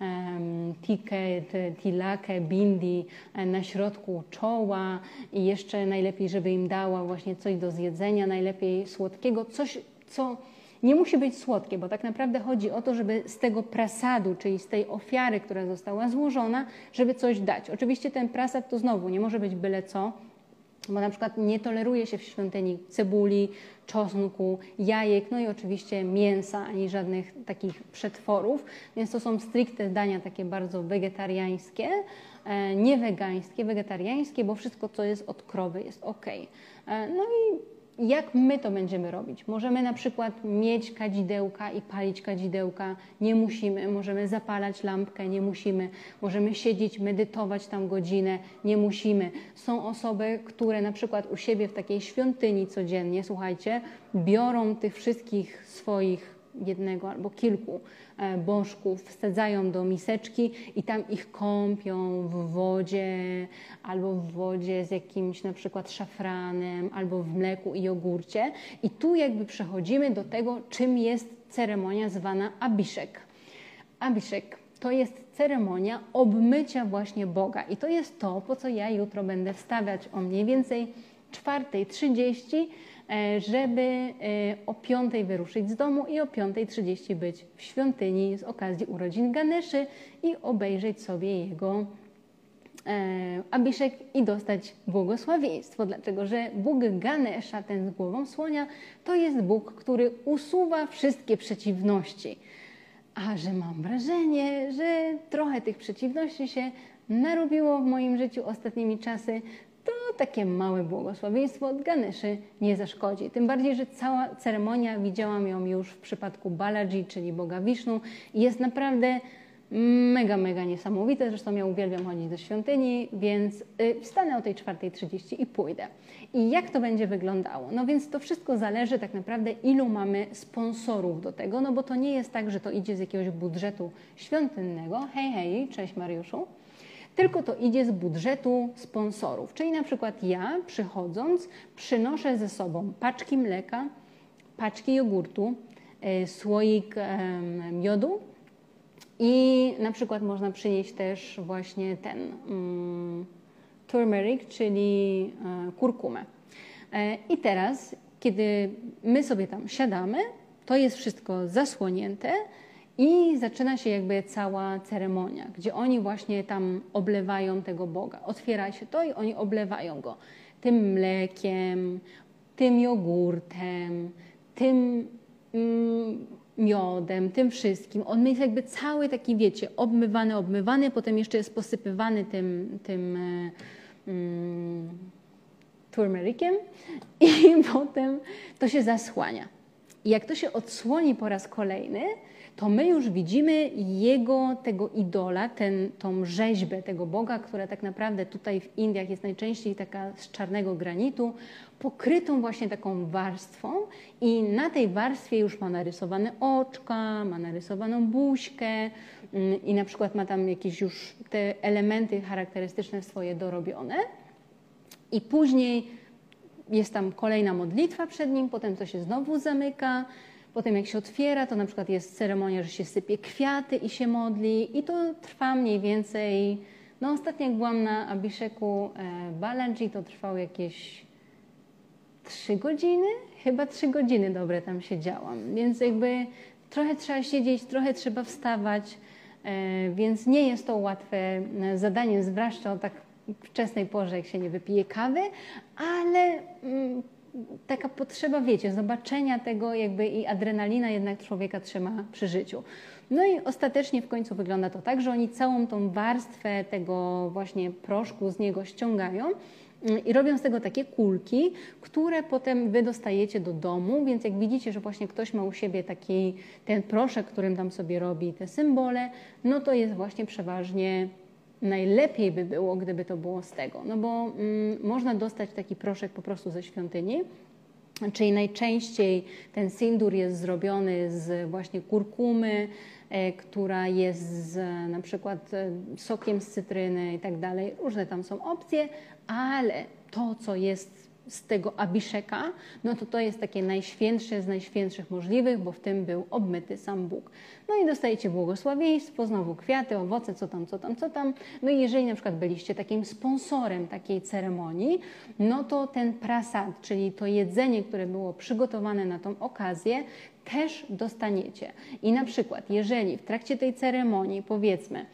tikę, tilakę, bindi na środku czoła i jeszcze najlepiej, żeby im dała właśnie coś do zjedzenia, najlepiej słodkiego, coś, co nie musi być słodkie, bo tak naprawdę chodzi o to, żeby z tego prasadu, czyli z tej ofiary, która została złożona, żeby coś dać. Oczywiście ten prasad to znowu nie może być byle co, bo na przykład nie toleruje się w świątyni cebuli, czosnku, jajek, no i oczywiście mięsa, ani żadnych takich przetworów, więc to są stricte dania takie bardzo wegetariańskie, nie wegańskie, wegetariańskie, bo wszystko, co jest od krowy, jest ok. No i jak my to będziemy robić? Możemy na przykład mieć kadzidełka i palić kadzidełka, nie musimy. Możemy zapalać lampkę, nie musimy. Możemy siedzieć, medytować tam godzinę, nie musimy. Są osoby, które na przykład u siebie w takiej świątyni codziennie, słuchajcie, biorą tych wszystkich swoich jednego albo kilku bożków, wsadzają do miseczki i tam ich kąpią w wodzie albo w wodzie z jakimś na przykład szafranem albo w mleku i jogurcie. I tu jakby przechodzimy do tego, czym jest ceremonia zwana Abhiszek. Abhiszek to jest ceremonia obmycia właśnie Boga i to jest to, po co ja jutro będę wstawiać o mniej więcej 4:30, żeby o 5:00 wyruszyć z domu i o 5:30 być w świątyni z okazji urodzin Ganeszy i obejrzeć sobie jego Abhiszek i dostać błogosławieństwo, dlatego że Bóg Ganesha, ten z głową słonia, to jest Bóg, który usuwa wszystkie przeciwności. A że mam wrażenie, że trochę tych przeciwności się narobiło w moim życiu ostatnimi czasy, to takie małe błogosławieństwo od Ganeszy nie zaszkodzi. Tym bardziej, że cała ceremonia, widziałam ją już w przypadku Balaji, czyli Boga Wisznu i jest naprawdę mega, mega niesamowite. Zresztą ja uwielbiam chodzić do świątyni, więc wstanę o tej 4:30 i pójdę. I jak to będzie wyglądało? No więc to wszystko zależy tak naprawdę, ilu mamy sponsorów do tego, no bo to nie jest tak, że to idzie z jakiegoś budżetu świątynnego. Hej, hej, cześć Mariuszu. Tylko to idzie z budżetu sponsorów. Czyli na przykład ja, przychodząc, przynoszę ze sobą paczki mleka, paczki jogurtu, słoik miodu i na przykład można przynieść też właśnie turmeric, czyli kurkumę. I teraz, kiedy my sobie tam siadamy, to jest wszystko zasłonięte i zaczyna się jakby cała ceremonia, gdzie oni właśnie tam oblewają tego Boga. Otwiera się to i oni oblewają go tym mlekiem, tym jogurtem, tym miodem, tym wszystkim. On jest jakby cały taki, wiecie, obmywany, potem jeszcze jest posypywany tym turmericiem i potem to się zasłania. I jak to się odsłoni po raz kolejny, to my już widzimy tego idola, tą rzeźbę tego Boga, która tak naprawdę tutaj w Indiach jest najczęściej taka z czarnego granitu, pokrytą właśnie taką warstwą i na tej warstwie już ma narysowane oczka, ma narysowaną buźkę i na przykład ma tam jakieś już te elementy charakterystyczne swoje dorobione. I później jest tam kolejna modlitwa przed nim, potem to się znowu zamyka, potem jak się otwiera, to na przykład jest ceremonia, że się sypie kwiaty i się modli i to trwa mniej więcej, no ostatnio jak byłam na Abhisheku Balaji, to trwało jakieś 3 godziny? Chyba 3 godziny dobre tam siedziałam, więc jakby trochę trzeba siedzieć, trochę trzeba wstawać, więc nie jest to łatwe zadanie, zwłaszcza o tak wczesnej porze, jak się nie wypije kawy, ale taka potrzeba, wiecie, zobaczenia tego jakby i adrenalina jednak człowieka trzyma przy życiu. No i ostatecznie w końcu wygląda to tak, że oni całą tą warstwę tego właśnie proszku z niego ściągają i robią z tego takie kulki, które potem wy dostajecie do domu, więc jak widzicie, że właśnie ktoś ma u siebie ten proszek, którym tam sobie robi te symbole, no to jest właśnie przeważnie najlepiej by było, gdyby to było z tego, no bo można dostać taki proszek po prostu ze świątyni, czyli najczęściej ten sindur jest zrobiony z właśnie kurkumy, która jest na przykład sokiem z cytryny i tak dalej. Różne tam są opcje, ale to, co jest z tego Abhisheka, no to jest takie najświętsze z najświętszych możliwych, bo w tym był obmyty sam Bóg. No i dostajecie błogosławieństwo, znowu kwiaty, owoce, co tam. No i jeżeli na przykład byliście takim sponsorem takiej ceremonii, no to ten prasad, czyli to jedzenie, które było przygotowane na tą okazję, też dostaniecie. I na przykład, jeżeli w trakcie tej ceremonii, powiedzmy,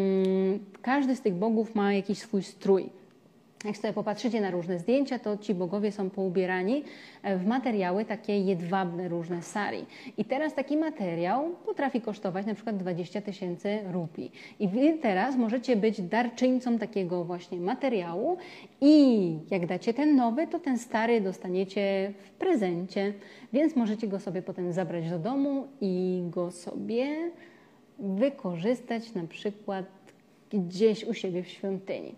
każdy z tych bogów ma jakiś swój strój. Jak sobie popatrzycie na różne zdjęcia, to ci bogowie są poubierani w materiały takie jedwabne, różne sari. I teraz taki materiał potrafi kosztować na przykład 20 000 rupii. I wy teraz możecie być darczyńcą takiego właśnie materiału i jak dacie ten nowy, to ten stary dostaniecie w prezencie, więc możecie go sobie potem zabrać do domu i go sobie wykorzystać na przykład gdzieś u siebie w świątyni.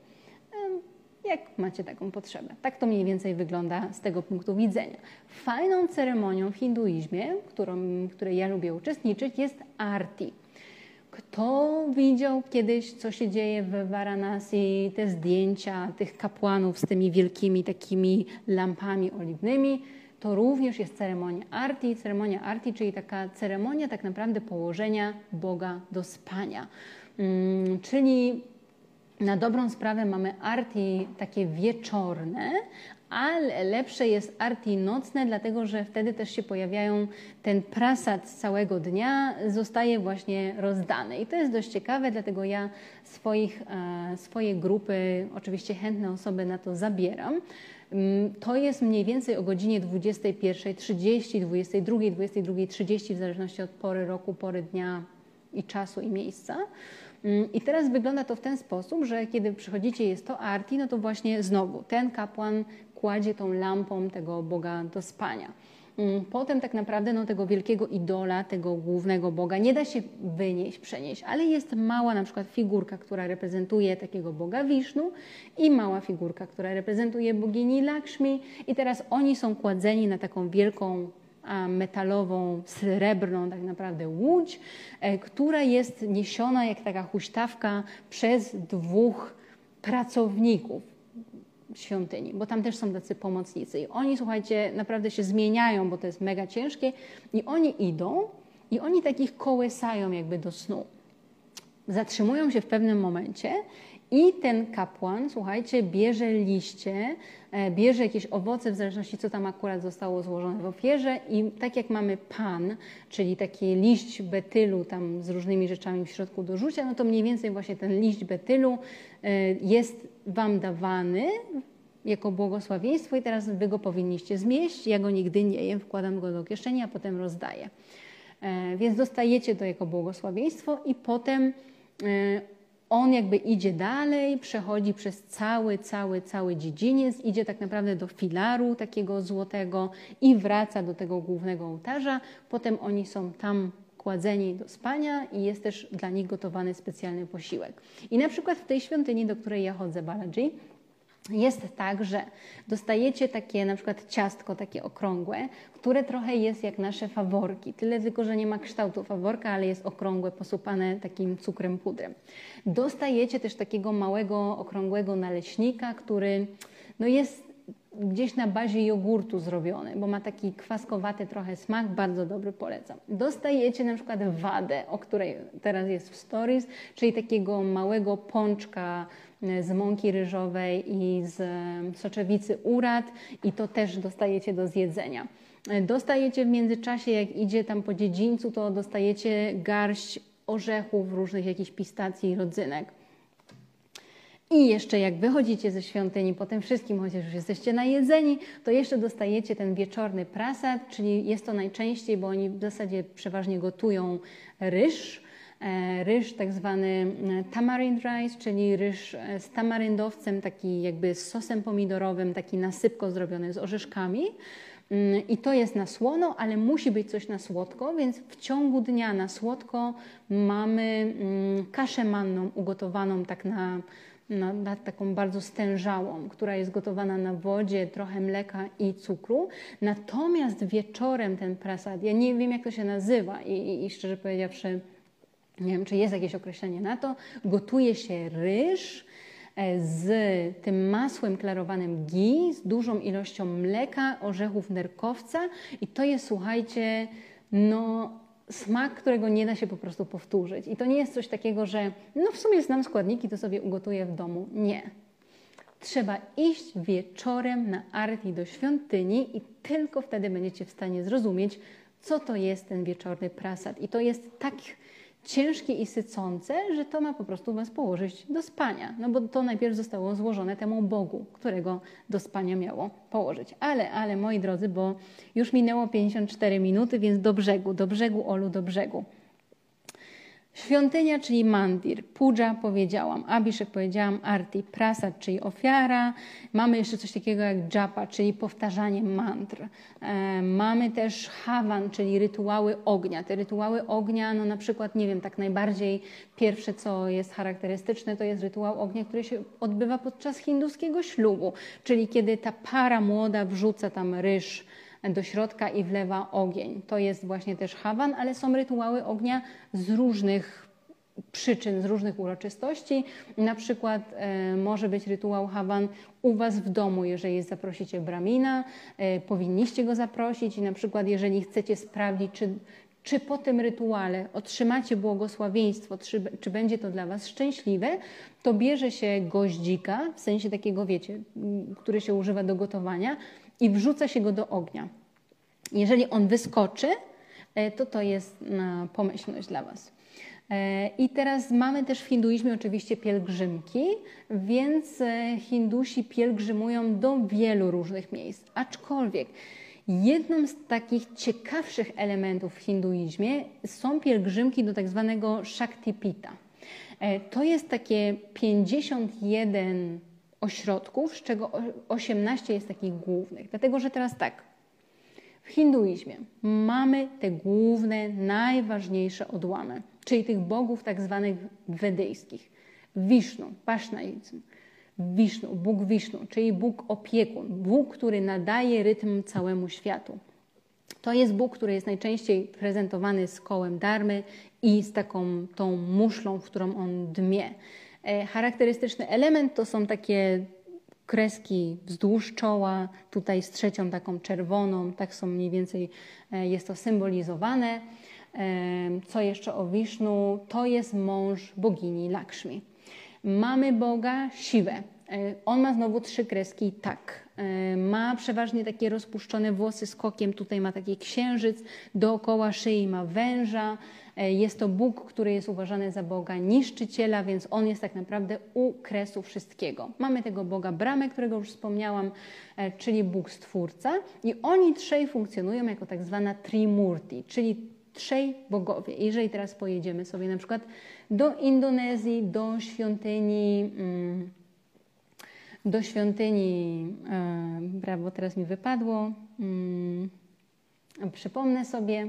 Jak macie taką potrzebę. Tak to mniej więcej wygląda z tego punktu widzenia. Fajną ceremonią w hinduizmie, której ja lubię uczestniczyć, jest arti. Kto widział kiedyś, co się dzieje w Varanasi, te zdjęcia tych kapłanów z tymi wielkimi takimi lampami oliwnymi, to również jest ceremonia arti. Ceremonia arti, czyli taka ceremonia tak naprawdę położenia Boga do spania. Czyli na dobrą sprawę mamy arti takie wieczorne, ale lepsze jest arti nocne, dlatego że wtedy też się pojawiają, ten prasad z całego dnia zostaje właśnie rozdany. I to jest dość ciekawe, dlatego ja swoje grupy, oczywiście chętne osoby na to zabieram. To jest mniej więcej o godzinie 21:30, 22:00, 22:30, w zależności od pory roku, pory dnia i czasu i miejsca. I teraz wygląda to w ten sposób, że kiedy przychodzicie, jest to arti, no to właśnie znowu ten kapłan kładzie tą lampą tego Boga do spania. Potem tak naprawdę tego wielkiego idola, tego głównego Boga nie da się przenieść, ale jest mała na przykład figurka, która reprezentuje takiego Boga Wisznu i mała figurka, która reprezentuje bogini Lakshmi i teraz oni są kładzeni na taką wielką metalową, srebrną tak naprawdę łódź, która jest niesiona jak taka huśtawka przez 2 pracowników świątyni, bo tam też są tacy pomocnicy. I oni, słuchajcie, naprawdę się zmieniają, bo to jest mega ciężkie i oni idą i oni takich kołysają jakby do snu. zatrzymują się w pewnym momencie i ten kapłan, słuchajcie, bierze liście, bierze jakieś owoce, w zależności co tam akurat zostało złożone w ofierze i tak jak mamy pan, czyli taki liść betylu tam z różnymi rzeczami w środku do rzucia, no to mniej więcej właśnie ten liść betylu jest wam dawany jako błogosławieństwo i teraz wy go powinniście zmieść. Ja go nigdy nie jem, wkładam go do kieszeni, a potem rozdaję. Więc dostajecie to jako błogosławieństwo i potem on jakby idzie dalej, przechodzi przez cały dziedziniec, idzie tak naprawdę do filaru takiego złotego i wraca do tego głównego ołtarza. Potem oni są tam kładzeni do spania i jest też dla nich gotowany specjalny posiłek. I na przykład w tej świątyni, do której ja chodzę, Balaji, jest tak, że dostajecie takie na przykład ciastko takie okrągłe, które trochę jest jak nasze faworki. Tyle tylko, że nie ma kształtu faworka, ale jest okrągłe, posypane takim cukrem pudrem. Dostajecie też takiego małego, okrągłego naleśnika, który no jest gdzieś na bazie jogurtu zrobiony, bo ma taki kwaskowaty trochę smak, bardzo dobry, polecam. Dostajecie na przykład wadę, o której teraz jest w stories, czyli takiego małego pączka z mąki ryżowej i z soczewicy urat i to też dostajecie do zjedzenia. Dostajecie w międzyczasie, jak idzie tam po dziedzińcu, to dostajecie garść orzechów, różnych jakichś pistacji i rodzynek. I jeszcze jak wychodzicie ze świątyni po tym wszystkim, chociaż już jesteście najedzeni, to jeszcze dostajecie ten wieczorny prasad, czyli jest to najczęściej, bo oni w zasadzie przeważnie gotują ryż, tak zwany tamarind rice, czyli ryż z tamaryndowcem, taki jakby z sosem pomidorowym, taki nasypko zrobiony z orzeszkami. I to jest na słono, ale musi być coś na słodko, więc w ciągu dnia na słodko mamy kaszę manną ugotowaną tak na taką bardzo stężałą, która jest gotowana na wodzie, trochę mleka i cukru. Natomiast wieczorem ten prasad, ja nie wiem jak to się nazywa i szczerze powiedziawszy nie wiem czy jest jakieś określenie na to, gotuje się ryż z tym masłem klarowanym ghee, z dużą ilością mleka, orzechów nerkowca i to jest, słuchajcie, no smak, którego nie da się po prostu powtórzyć. I to nie jest coś takiego, że no w sumie znam składniki, to sobie ugotuję w domu. Nie. Trzeba iść wieczorem na arti do świątyni i tylko wtedy będziecie w stanie zrozumieć, co to jest ten wieczorny prasad. I to jest tak ciężkie i sycące, że to ma po prostu was położyć do spania. No bo to najpierw zostało złożone temu Bogu, którego do spania miało położyć. Ale moi drodzy, bo już minęło 54 minuty, więc do brzegu, Olu, do brzegu. Świątynia, czyli mandir, puja powiedziałam, abhiszek powiedziałam, arti, prasad, czyli ofiara. Mamy jeszcze coś takiego jak japa, czyli powtarzanie mantr. Mamy też havan, czyli rytuały ognia. Te rytuały ognia, no na przykład, nie wiem, tak najbardziej pierwsze, co jest charakterystyczne, to jest rytuał ognia, który się odbywa podczas hinduskiego ślubu, czyli kiedy ta para młoda wrzuca tam ryż do środka i wlewa ogień. To jest właśnie też hawan, ale są rytuały ognia z różnych przyczyn, z różnych uroczystości. Na przykład może być rytuał hawan u was w domu, jeżeli zaprosicie bramina, powinniście go zaprosić i na przykład jeżeli chcecie sprawdzić, czy po tym rytuale otrzymacie błogosławieństwo, czy będzie to dla was szczęśliwe, to bierze się goździka, w sensie takiego, wiecie, który się używa do gotowania i wrzuca się go do ognia. Jeżeli on wyskoczy, to jest na pomyślność dla was. I teraz mamy też w hinduizmie oczywiście pielgrzymki, więc Hindusi pielgrzymują do wielu różnych miejsc. Aczkolwiek jedną z takich ciekawszych elementów w hinduizmie są pielgrzymki do tak zwanego Shaktipita. To jest takie 51 ośrodków, z czego 18 jest takich głównych. Dlatego, że teraz tak, w hinduizmie mamy te główne, najważniejsze odłamy, czyli tych bogów tak zwanych wedyjskich. Wisznu, Vishnaizm, Wisznu, Bóg Wisznu, czyli Bóg opiekun, Bóg, który nadaje rytm całemu światu. To jest Bóg, który jest najczęściej prezentowany z kołem dharmy i z taką tą muszlą, w którą on dmie. Charakterystyczny element to są takie kreski wzdłuż czoła, tutaj z trzecią taką czerwoną, tak są mniej więcej jest to symbolizowane. Co jeszcze o Wisznu? To jest mąż bogini Lakshmi. Mamy Boga Siwę. On ma znowu 3 kreski, tak. Ma przeważnie takie rozpuszczone włosy z kokiem, tutaj ma taki księżyc, dookoła szyi ma węża. Jest to Bóg, który jest uważany za Boga niszczyciela, więc on jest tak naprawdę u kresu wszystkiego. Mamy tego Boga Brahmę, którego już wspomniałam, czyli Bóg Stwórca i oni 3 funkcjonują jako tak zwana Trimurti, czyli 3 bogowie. Jeżeli teraz pojedziemy sobie na przykład do Indonezji, do świątyni, brawo, teraz mi wypadło, przypomnę sobie,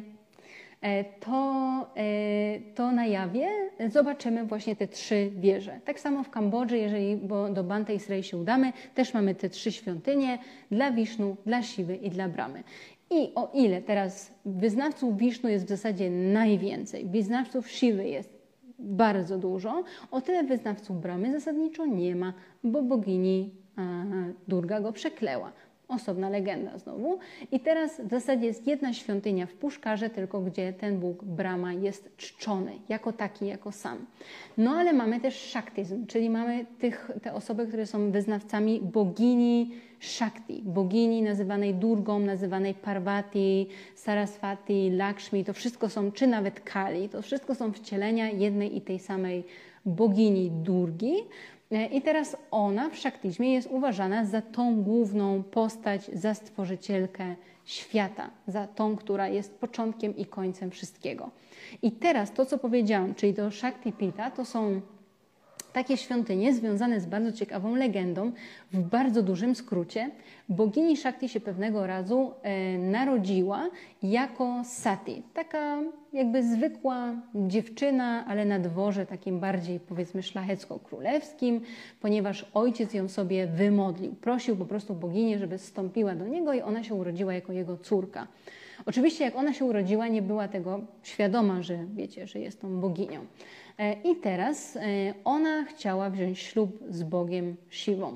to na Jawie zobaczymy właśnie te 3 wieże. Tak samo w Kambodży, jeżeli do Bantay Sray się udamy, też mamy te 3 świątynie dla Wisznu, dla Siwy i dla Brahmy. I o ile teraz wyznawców Wisznu jest w zasadzie najwięcej, wyznawców Siwy jest bardzo dużo, o tyle wyznawców Brahmy zasadniczo nie ma, bo bogini Durga go przekleła. Osobna legenda znowu. I teraz w zasadzie jest jedna świątynia w Puszkarze, tylko gdzie ten Bóg Brahma jest czczony, jako taki, jako sam. No ale mamy też szaktyzm, czyli mamy te osoby, które są wyznawcami bogini Shakti, bogini nazywanej Durgą, nazywanej Parvati, Saraswati, Lakshmi, to wszystko są, czy nawet Kali, to wszystko są wcielenia jednej i tej samej bogini Durgi. I teraz ona w szaktizmie jest uważana za tą główną postać, za stworzycielkę świata, za tą, która jest początkiem i końcem wszystkiego. I teraz to, co powiedziałam, czyli to Shakti Pita, to są takie świątynie związane z bardzo ciekawą legendą. W bardzo dużym skrócie bogini Shakti się pewnego razu narodziła jako Sati. Taka jakby zwykła dziewczyna, ale na dworze takim bardziej powiedzmy szlachecko-królewskim, ponieważ ojciec ją sobie wymodlił. Prosił po prostu boginię, żeby zstąpiła do niego i ona się urodziła jako jego córka. Oczywiście jak ona się urodziła, nie była tego świadoma, że wiecie, że jest tą boginią. I teraz ona chciała wziąć ślub z Bogiem Siwą.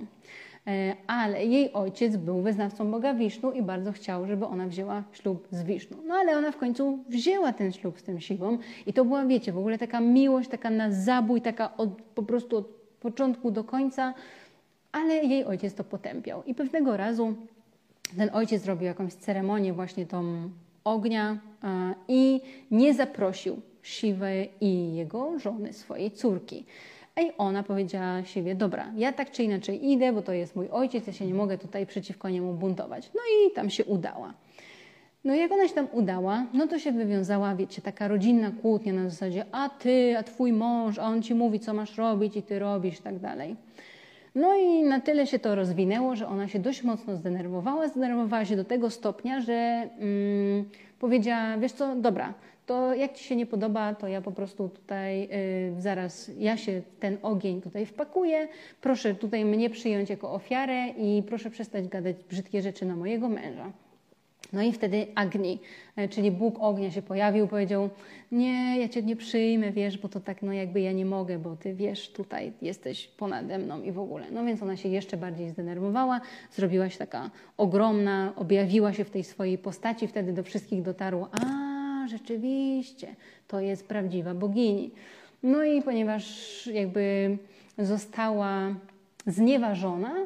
Ale jej ojciec był wyznawcą Boga Wisznu i bardzo chciał, żeby ona wzięła ślub z Wisznu. No ale ona w końcu wzięła ten ślub z tym Siwą i to była, wiecie, w ogóle taka miłość, taka na zabój, taka po prostu od początku do końca, ale jej ojciec to potępiał. I pewnego razu ten ojciec zrobił jakąś ceremonię właśnie tą ognia i nie zaprosił Siwy i jego żony, swojej córki. I ona powiedziała Siwie, dobra, ja tak czy inaczej idę, bo to jest mój ojciec, ja się nie mogę tutaj przeciwko niemu buntować. No i tam się udała. No i jak ona się tam udała, no to się wywiązała, wiecie, taka rodzinna kłótnia na zasadzie, a ty, a twój mąż, a on ci mówi, co masz robić i ty robisz i tak dalej. No i na tyle się to rozwinęło, że ona się dość mocno zdenerwowała się do tego stopnia, że powiedziała, wiesz co, dobra, to jak ci się nie podoba, to ja po prostu tutaj zaraz, ja się ten ogień tutaj wpakuję, proszę tutaj mnie przyjąć jako ofiarę i proszę przestać gadać brzydkie rzeczy na mojego męża. No i wtedy Agni, czyli Bóg ognia się pojawił, powiedział, nie, ja cię nie przyjmę, wiesz, bo to tak, no jakby ja nie mogę, bo ty wiesz, tutaj jesteś ponade mną i w ogóle. No więc ona się jeszcze bardziej zdenerwowała, zrobiła się taka ogromna, objawiła się w tej swojej postaci, wtedy do wszystkich dotarło, a rzeczywiście, to jest prawdziwa bogini. No i ponieważ jakby została znieważona,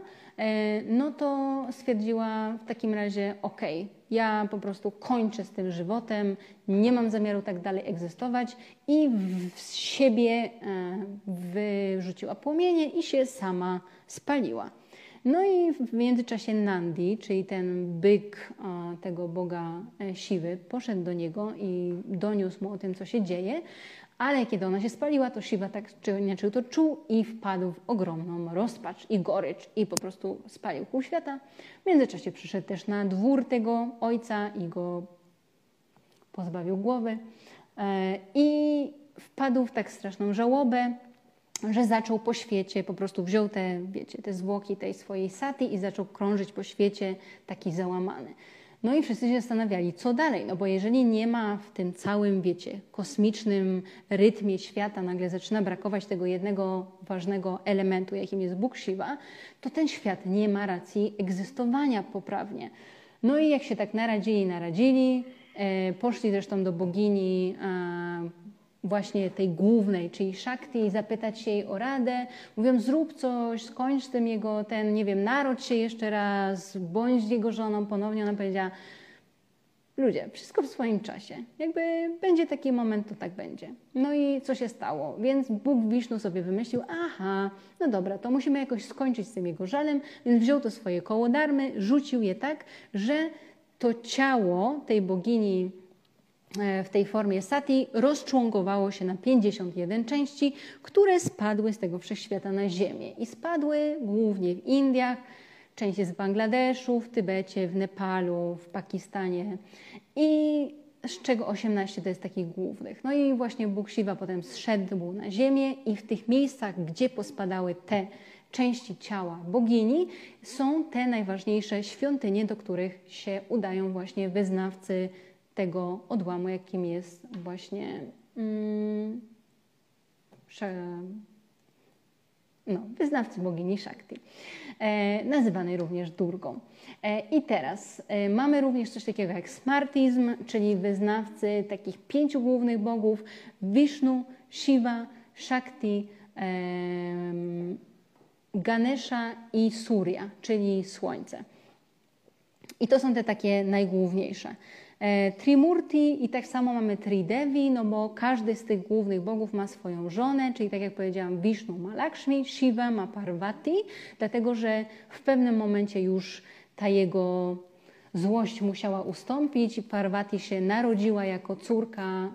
no to stwierdziła w takim razie, okej, ja po prostu kończę z tym żywotem, nie mam zamiaru tak dalej egzystować i z siebie wyrzuciła płomienie i się sama spaliła. No i w międzyczasie Nandi, czyli ten byk tego boga Siwy, poszedł do niego i doniósł mu o tym, co się dzieje, ale kiedy ona się spaliła, to Siwa tak czy inaczej to czuł i wpadł w ogromną rozpacz i gorycz i po prostu spalił pół świata. W międzyczasie przyszedł też na dwór tego ojca i go pozbawił głowy i wpadł w tak straszną żałobę, że zaczął po świecie, po prostu wziął te, wiecie, te zwłoki tej swojej Sati i zaczął krążyć po świecie taki załamany. No i wszyscy się zastanawiali, co dalej, no bo jeżeli nie ma w tym całym, wiecie, kosmicznym rytmie świata, nagle zaczyna brakować tego jednego ważnego elementu, jakim jest Bóg Siwa, to ten świat nie ma racji egzystowania poprawnie. No i jak się tak naradzili, Poszli zresztą do bogini właśnie tej głównej, czyli Shakti, i zapytać się jej o radę. Mówią, zrób coś, skończ z tym jego, nie wiem, narodź się jeszcze raz, bądź jego żoną ponownie. Ona powiedziała, ludzie, wszystko w swoim czasie. Jakby będzie taki moment, to tak będzie. No i co się stało? Więc Bóg Wisznu sobie wymyślił, aha, no dobra, to musimy jakoś skończyć z tym jego żalem, więc wziął to swoje kołodarmy, rzucił je tak, że to ciało tej bogini w tej formie sati rozczłonkowało się na 51 części, które spadły z tego wszechświata na ziemię. I spadły głównie w Indiach, część jest w Bangladeszu, w Tybecie, w Nepalu, w Pakistanie, i z czego 18 to jest takich głównych. No i właśnie Bóg Shiva potem zszedł na ziemię i w tych miejscach, gdzie pospadały te części ciała bogini, są te najważniejsze świątynie, do których się udają właśnie wyznawcy tego odłamu, jakim jest właśnie wyznawcy bogini Shakti, nazywanej również Durgą. I teraz mamy również coś takiego jak smartizm, czyli wyznawcy takich 5 głównych bogów: Vishnu, Shiva, Shakti, Ganesha i Surya, czyli Słońce. I to są te takie najgłówniejsze. Trimurti i tak samo mamy Tridevi, no bo każdy z tych głównych bogów ma swoją żonę, czyli tak jak powiedziałam, Vishnu ma Lakshmi, Shiva ma Parvati, dlatego że w pewnym momencie już ta jego złość musiała ustąpić i Parvati się narodziła jako córka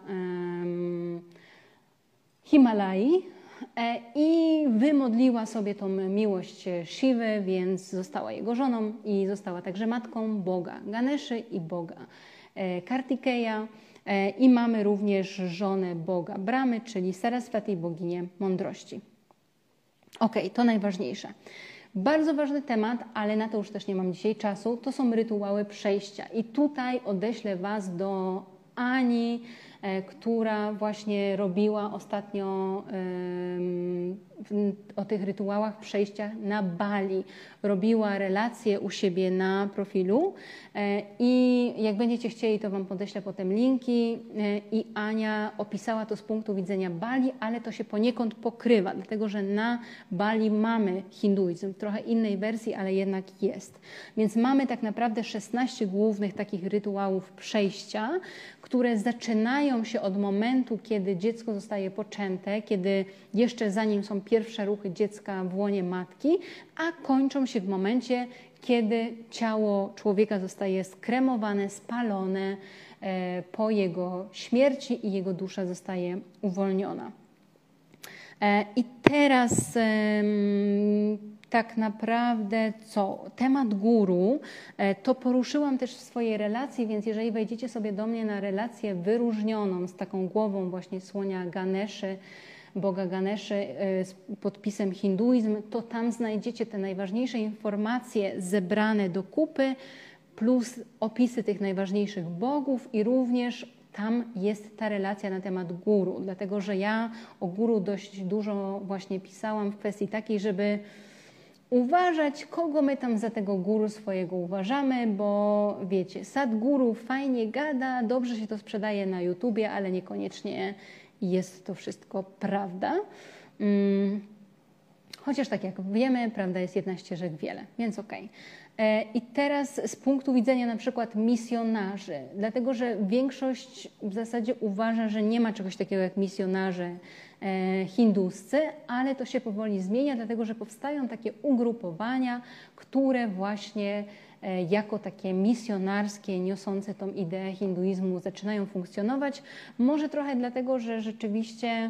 Himalai i wymodliła sobie tą miłość Shiwy, więc została jego żoną i została także matką boga Ganeszy i boga Kartikeya, i mamy również żonę boga Brahmy, czyli Saraswati, boginię mądrości. Ok, to najważniejsze. Bardzo ważny temat, ale na to już też nie mam dzisiaj czasu, to są rytuały przejścia. I tutaj odeślę Was do Ani, która właśnie robiła ostatnio o tych rytuałach przejścia na Bali. Robiła relacje u siebie na profilu i jak będziecie chcieli, to Wam podeślę potem linki. I Ania opisała to z punktu widzenia Bali, ale to się poniekąd pokrywa, dlatego że na Bali mamy hinduizm, w trochę innej wersji, ale jednak jest. Więc mamy tak naprawdę 16 głównych takich rytuałów przejścia, które zaczynają się od momentu, kiedy dziecko zostaje poczęte, kiedy jeszcze zanim są pierwsze ruchy dziecka w łonie matki, a kończą się w momencie, kiedy ciało człowieka zostaje skremowane, spalone po jego śmierci i jego dusza zostaje uwolniona. I teraz tak naprawdę co? Temat guru to poruszyłam też w swojej relacji, więc jeżeli wejdziecie sobie do mnie na relację wyróżnioną z taką głową właśnie słonia Ganeszy, boga Ganeszy z podpisem hinduizm, to tam znajdziecie te najważniejsze informacje zebrane do kupy, plus opisy tych najważniejszych bogów i również tam jest ta relacja na temat guru, dlatego że ja o guru dość dużo właśnie pisałam w kwestii takiej, żeby uważać, kogo my tam za tego guru swojego uważamy, bo wiecie, Sadhguru fajnie gada, dobrze się to sprzedaje na YouTubie, ale niekoniecznie jest to wszystko prawda. Chociaż tak jak wiemy, prawda jest jedna, ścieżek wiele, więc okej. I teraz z punktu widzenia na przykład misjonarzy, dlatego że większość w zasadzie uważa, że nie ma czegoś takiego jak misjonarze hinduscy, ale to się powoli zmienia, dlatego że powstają takie ugrupowania, które właśnie jako takie misjonarskie, niosące tą ideę hinduizmu zaczynają funkcjonować. Może trochę dlatego, że rzeczywiście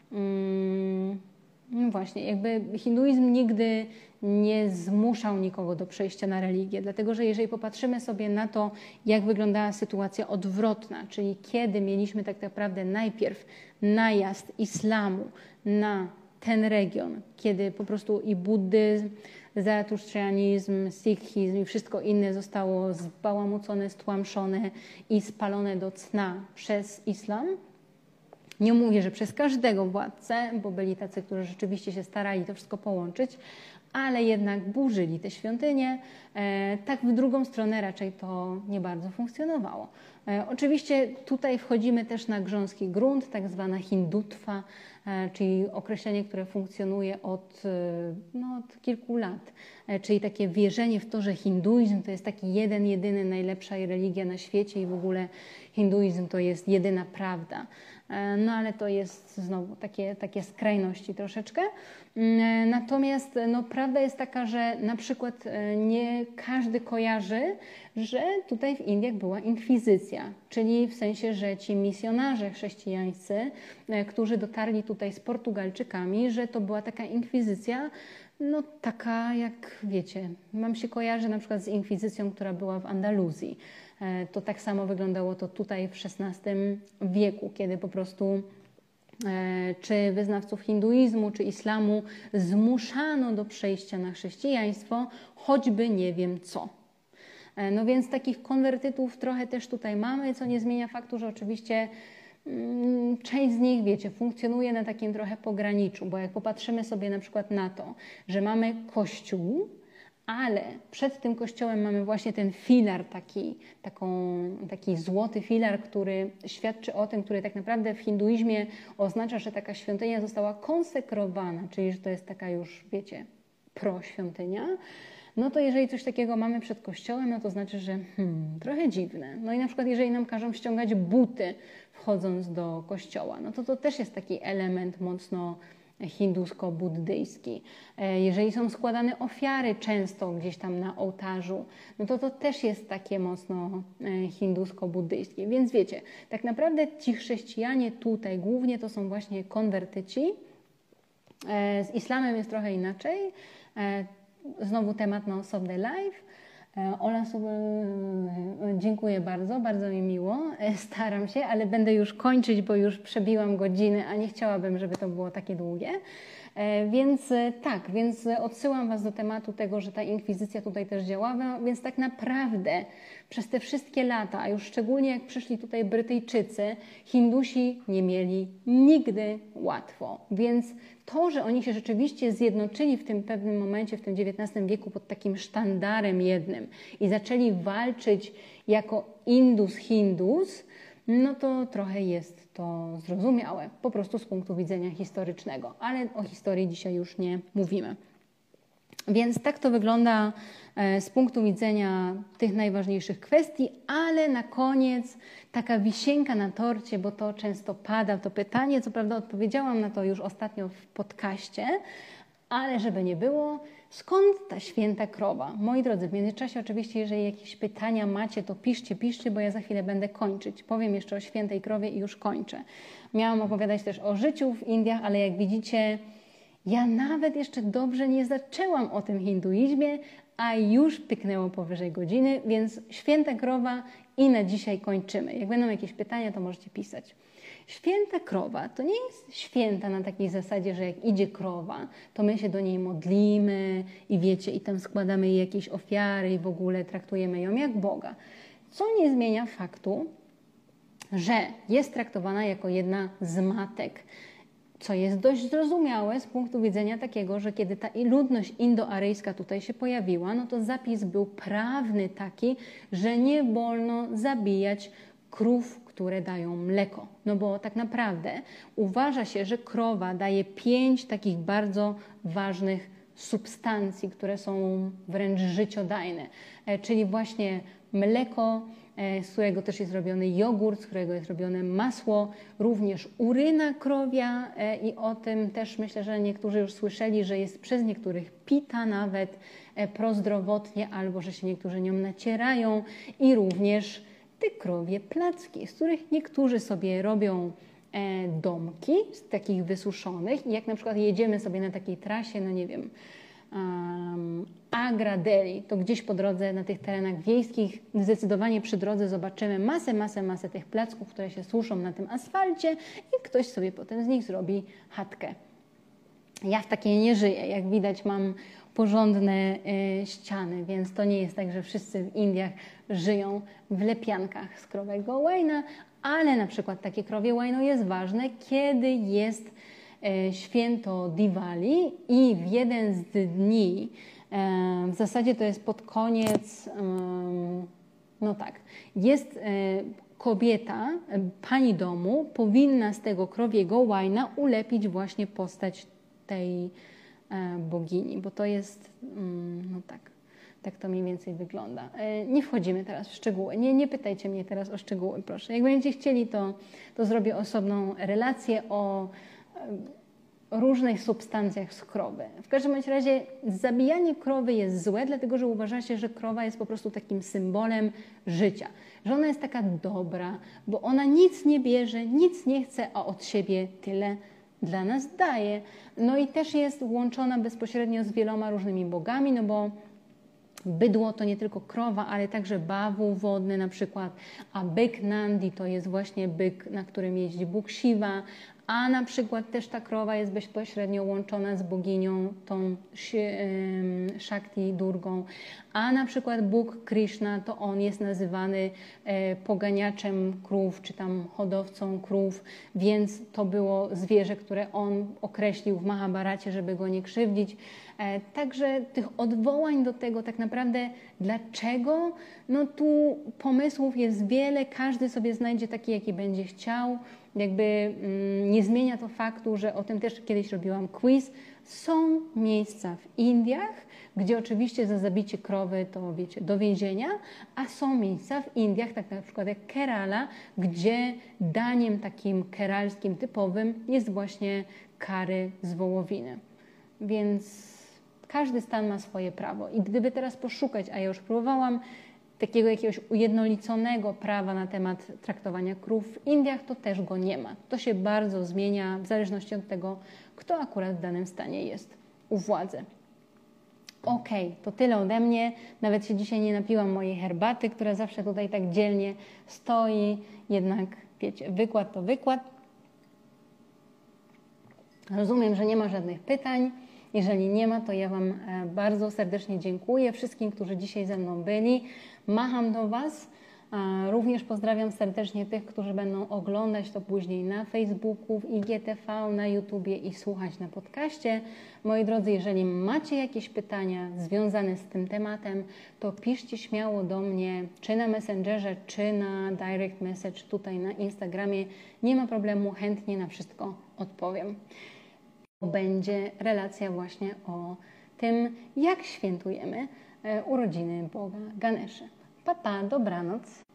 no właśnie, jakby hinduizm nigdy nie zmuszał nikogo do przejścia na religię, dlatego że jeżeli popatrzymy sobie na to, jak wyglądała sytuacja odwrotna, czyli kiedy mieliśmy tak naprawdę najpierw najazd islamu na ten region, kiedy po prostu i buddyzm, zaratusztrianizm, sikhizm i wszystko inne zostało zbałamucone, stłamszone i spalone do cna przez islam, Nie mówię, że przez każdego władcę, bo byli tacy, którzy rzeczywiście się starali to wszystko połączyć, ale jednak burzyli te świątynie. Tak w drugą stronę raczej to nie bardzo funkcjonowało. Oczywiście tutaj wchodzimy też na grząski grunt, tak zwana hindutwa, czyli określenie, które funkcjonuje od kilku lat. Czyli takie wierzenie w to, że hinduizm to jest taki jedyny, najlepsza religia na świecie i w ogóle hinduizm to jest jedyna prawda. No ale to jest znowu takie skrajności troszeczkę. Natomiast prawda jest taka, że na przykład nie każdy kojarzy, że tutaj w Indiach była inkwizycja, czyli w sensie, że ci misjonarze chrześcijańscy, którzy dotarli tutaj z Portugalczykami, że to była taka inkwizycja, taka jak wiecie, mam się kojarzy na przykład z inkwizycją, która była w Andaluzji. To tak samo wyglądało to tutaj w XVI wieku, kiedy po prostu czy wyznawców hinduizmu, czy islamu zmuszano do przejścia na chrześcijaństwo, choćby nie wiem co. No więc takich konwertytów trochę też tutaj mamy, co nie zmienia faktu, że oczywiście część z nich, wiecie, funkcjonuje na takim trochę pograniczu, bo jak popatrzymy sobie na przykład na to, że mamy kościół, ale przed tym kościołem mamy właśnie ten filar, taki złoty filar, który świadczy o tym, który tak naprawdę w hinduizmie oznacza, że taka świątynia została konsekrowana, czyli że to jest taka już, wiecie, proświątynia. No to jeżeli coś takiego mamy przed kościołem, no to znaczy, że trochę dziwne. No i na przykład jeżeli nam każą ściągać buty wchodząc do kościoła, no to też jest taki element mocno hindusko-buddyjski. Jeżeli są składane ofiary często gdzieś tam na ołtarzu, no to też jest takie mocno hindusko-buddyjskie. Więc wiecie, tak naprawdę ci chrześcijanie tutaj głównie to są właśnie konwertyci. Z islamem jest trochę inaczej. Znowu temat na osobny live. Ola, dziękuję bardzo, bardzo mi miło. Staram się, ale będę już kończyć, bo już przebiłam godziny, a nie chciałabym, żeby to było takie długie. Więc odsyłam Was do tematu tego, że ta inkwizycja tutaj też działała, więc tak naprawdę przez te wszystkie lata, a już szczególnie jak przyszli tutaj Brytyjczycy, Hindusi nie mieli nigdy łatwo. Więc to, że oni się rzeczywiście zjednoczyli w tym pewnym momencie, w tym XIX wieku pod takim sztandarem jednym i zaczęli walczyć jako Indus-Hindus, no to trochę jest to zrozumiałe, po prostu z punktu widzenia historycznego, ale o historii dzisiaj już nie mówimy. Więc tak to wygląda z punktu widzenia tych najważniejszych kwestii, ale na koniec taka wisienka na torcie, bo to często pada, to pytanie, co prawda odpowiedziałam na to już ostatnio w podcaście, ale żeby nie było, skąd ta święta krowa? Moi drodzy, w międzyczasie oczywiście, jeżeli jakieś pytania macie, to piszcie, bo ja za chwilę będę kończyć. Powiem jeszcze o świętej krowie i już kończę. Miałam opowiadać też o życiu w Indiach, ale jak widzicie, ja nawet jeszcze dobrze nie zaczęłam o tym hinduizmie, a już pyknęło powyżej godziny, więc święta krowa i na dzisiaj kończymy. Jak będą jakieś pytania, to możecie pisać. Święta krowa to nie jest święta na takiej zasadzie, że jak idzie krowa, to my się do niej modlimy i wiecie, i tam składamy jej jakieś ofiary i w ogóle traktujemy ją jak Boga. Co nie zmienia faktu, że jest traktowana jako jedna z matek, co jest dość zrozumiałe z punktu widzenia takiego, że kiedy ta ludność indoaryjska tutaj się pojawiła, no to zapis był prawny taki, że nie wolno zabijać krów, które dają mleko. No bo tak naprawdę uważa się, że krowa daje 5 takich bardzo ważnych substancji, które są wręcz życiodajne, czyli właśnie mleko, z którego też jest robiony jogurt, z którego jest robione masło, również uryna krowia i o tym też myślę, że niektórzy już słyszeli, że jest przez niektórych pita nawet prozdrowotnie, albo że się niektórzy nią nacierają i również te krowie placki, z których niektórzy sobie robią domki z takich wysuszonych i jak na przykład jedziemy sobie na takiej trasie, no nie wiem, Agra Delhi, to gdzieś po drodze na tych terenach wiejskich zdecydowanie przy drodze zobaczymy masę tych placków, które się suszą na tym asfalcie i ktoś sobie potem z nich zrobi chatkę. Ja w takiej nie żyję, jak widać mam porządne ściany, więc to nie jest tak, że wszyscy w Indiach żyją w lepiankach z krowego łajna, ale na przykład takie krowie łajno jest ważne, kiedy jest święto Diwali i w jeden z dni, w zasadzie to jest pod koniec, no tak, jest kobieta, pani domu, powinna z tego krowiego łajna ulepić właśnie postać tej bogini, bo to jest, no tak to mniej więcej wygląda. Nie wchodzimy teraz w szczegóły, nie pytajcie mnie teraz o szczegóły, proszę. Jak będziecie chcieli, to zrobię osobną relację o różnych substancjach z krowy. W każdym razie zabijanie krowy jest złe, dlatego że uważa się, że krowa jest po prostu takim symbolem życia. Że ona jest taka dobra, bo ona nic nie bierze, nic nie chce, a od siebie tyle dla nas daje. No i też jest łączona bezpośrednio z wieloma różnymi bogami, no bo bydło to nie tylko krowa, ale także bawół wodny na przykład, a byk Nandi to jest właśnie byk, na którym jeździ Bóg Siwa, a na przykład też ta krowa jest bezpośrednio łączona z boginią, tą Shakti Durgą, a na przykład Bóg Krishna to on jest nazywany poganiaczem krów, czy tam hodowcą krów, więc to było zwierzę, które on określił w Mahabharacie, żeby go nie krzywdzić. Także tych odwołań do tego tak naprawdę dlaczego, no tu pomysłów jest wiele, każdy sobie znajdzie taki, jaki będzie chciał. Jakby nie zmienia to faktu, że o tym też kiedyś robiłam quiz. Są miejsca w Indiach, gdzie oczywiście za zabicie krowy to wiecie, do więzienia, a są miejsca w Indiach, tak na przykład jak Kerala, gdzie daniem takim keralskim typowym jest właśnie kary z wołowiny. Więc każdy stan ma swoje prawo. I gdyby teraz poszukać, a ja już próbowałam, takiego jakiegoś ujednoliconego prawa na temat traktowania krów w Indiach, to też go nie ma. To się bardzo zmienia w zależności od tego, kto akurat w danym stanie jest u władzy. Okej, to tyle ode mnie. Nawet się dzisiaj nie napiłam mojej herbaty, która zawsze tutaj tak dzielnie stoi. Jednak, wiecie, wykład to wykład. Rozumiem, że nie ma żadnych pytań. Jeżeli nie ma, to ja Wam bardzo serdecznie dziękuję wszystkim, którzy dzisiaj ze mną byli. Macham do Was. Również pozdrawiam serdecznie tych, którzy będą oglądać to później na Facebooku, w IGTV, na YouTubie i słuchać na podcaście. Moi drodzy, jeżeli macie jakieś pytania związane z tym tematem, to piszcie śmiało do mnie, czy na Messengerze, czy na direct message tutaj na Instagramie. Nie ma problemu, chętnie na wszystko odpowiem. Będzie relacja właśnie o tym, jak świętujemy urodziny Boga Ganeszy. Pa, pa, dobranoc.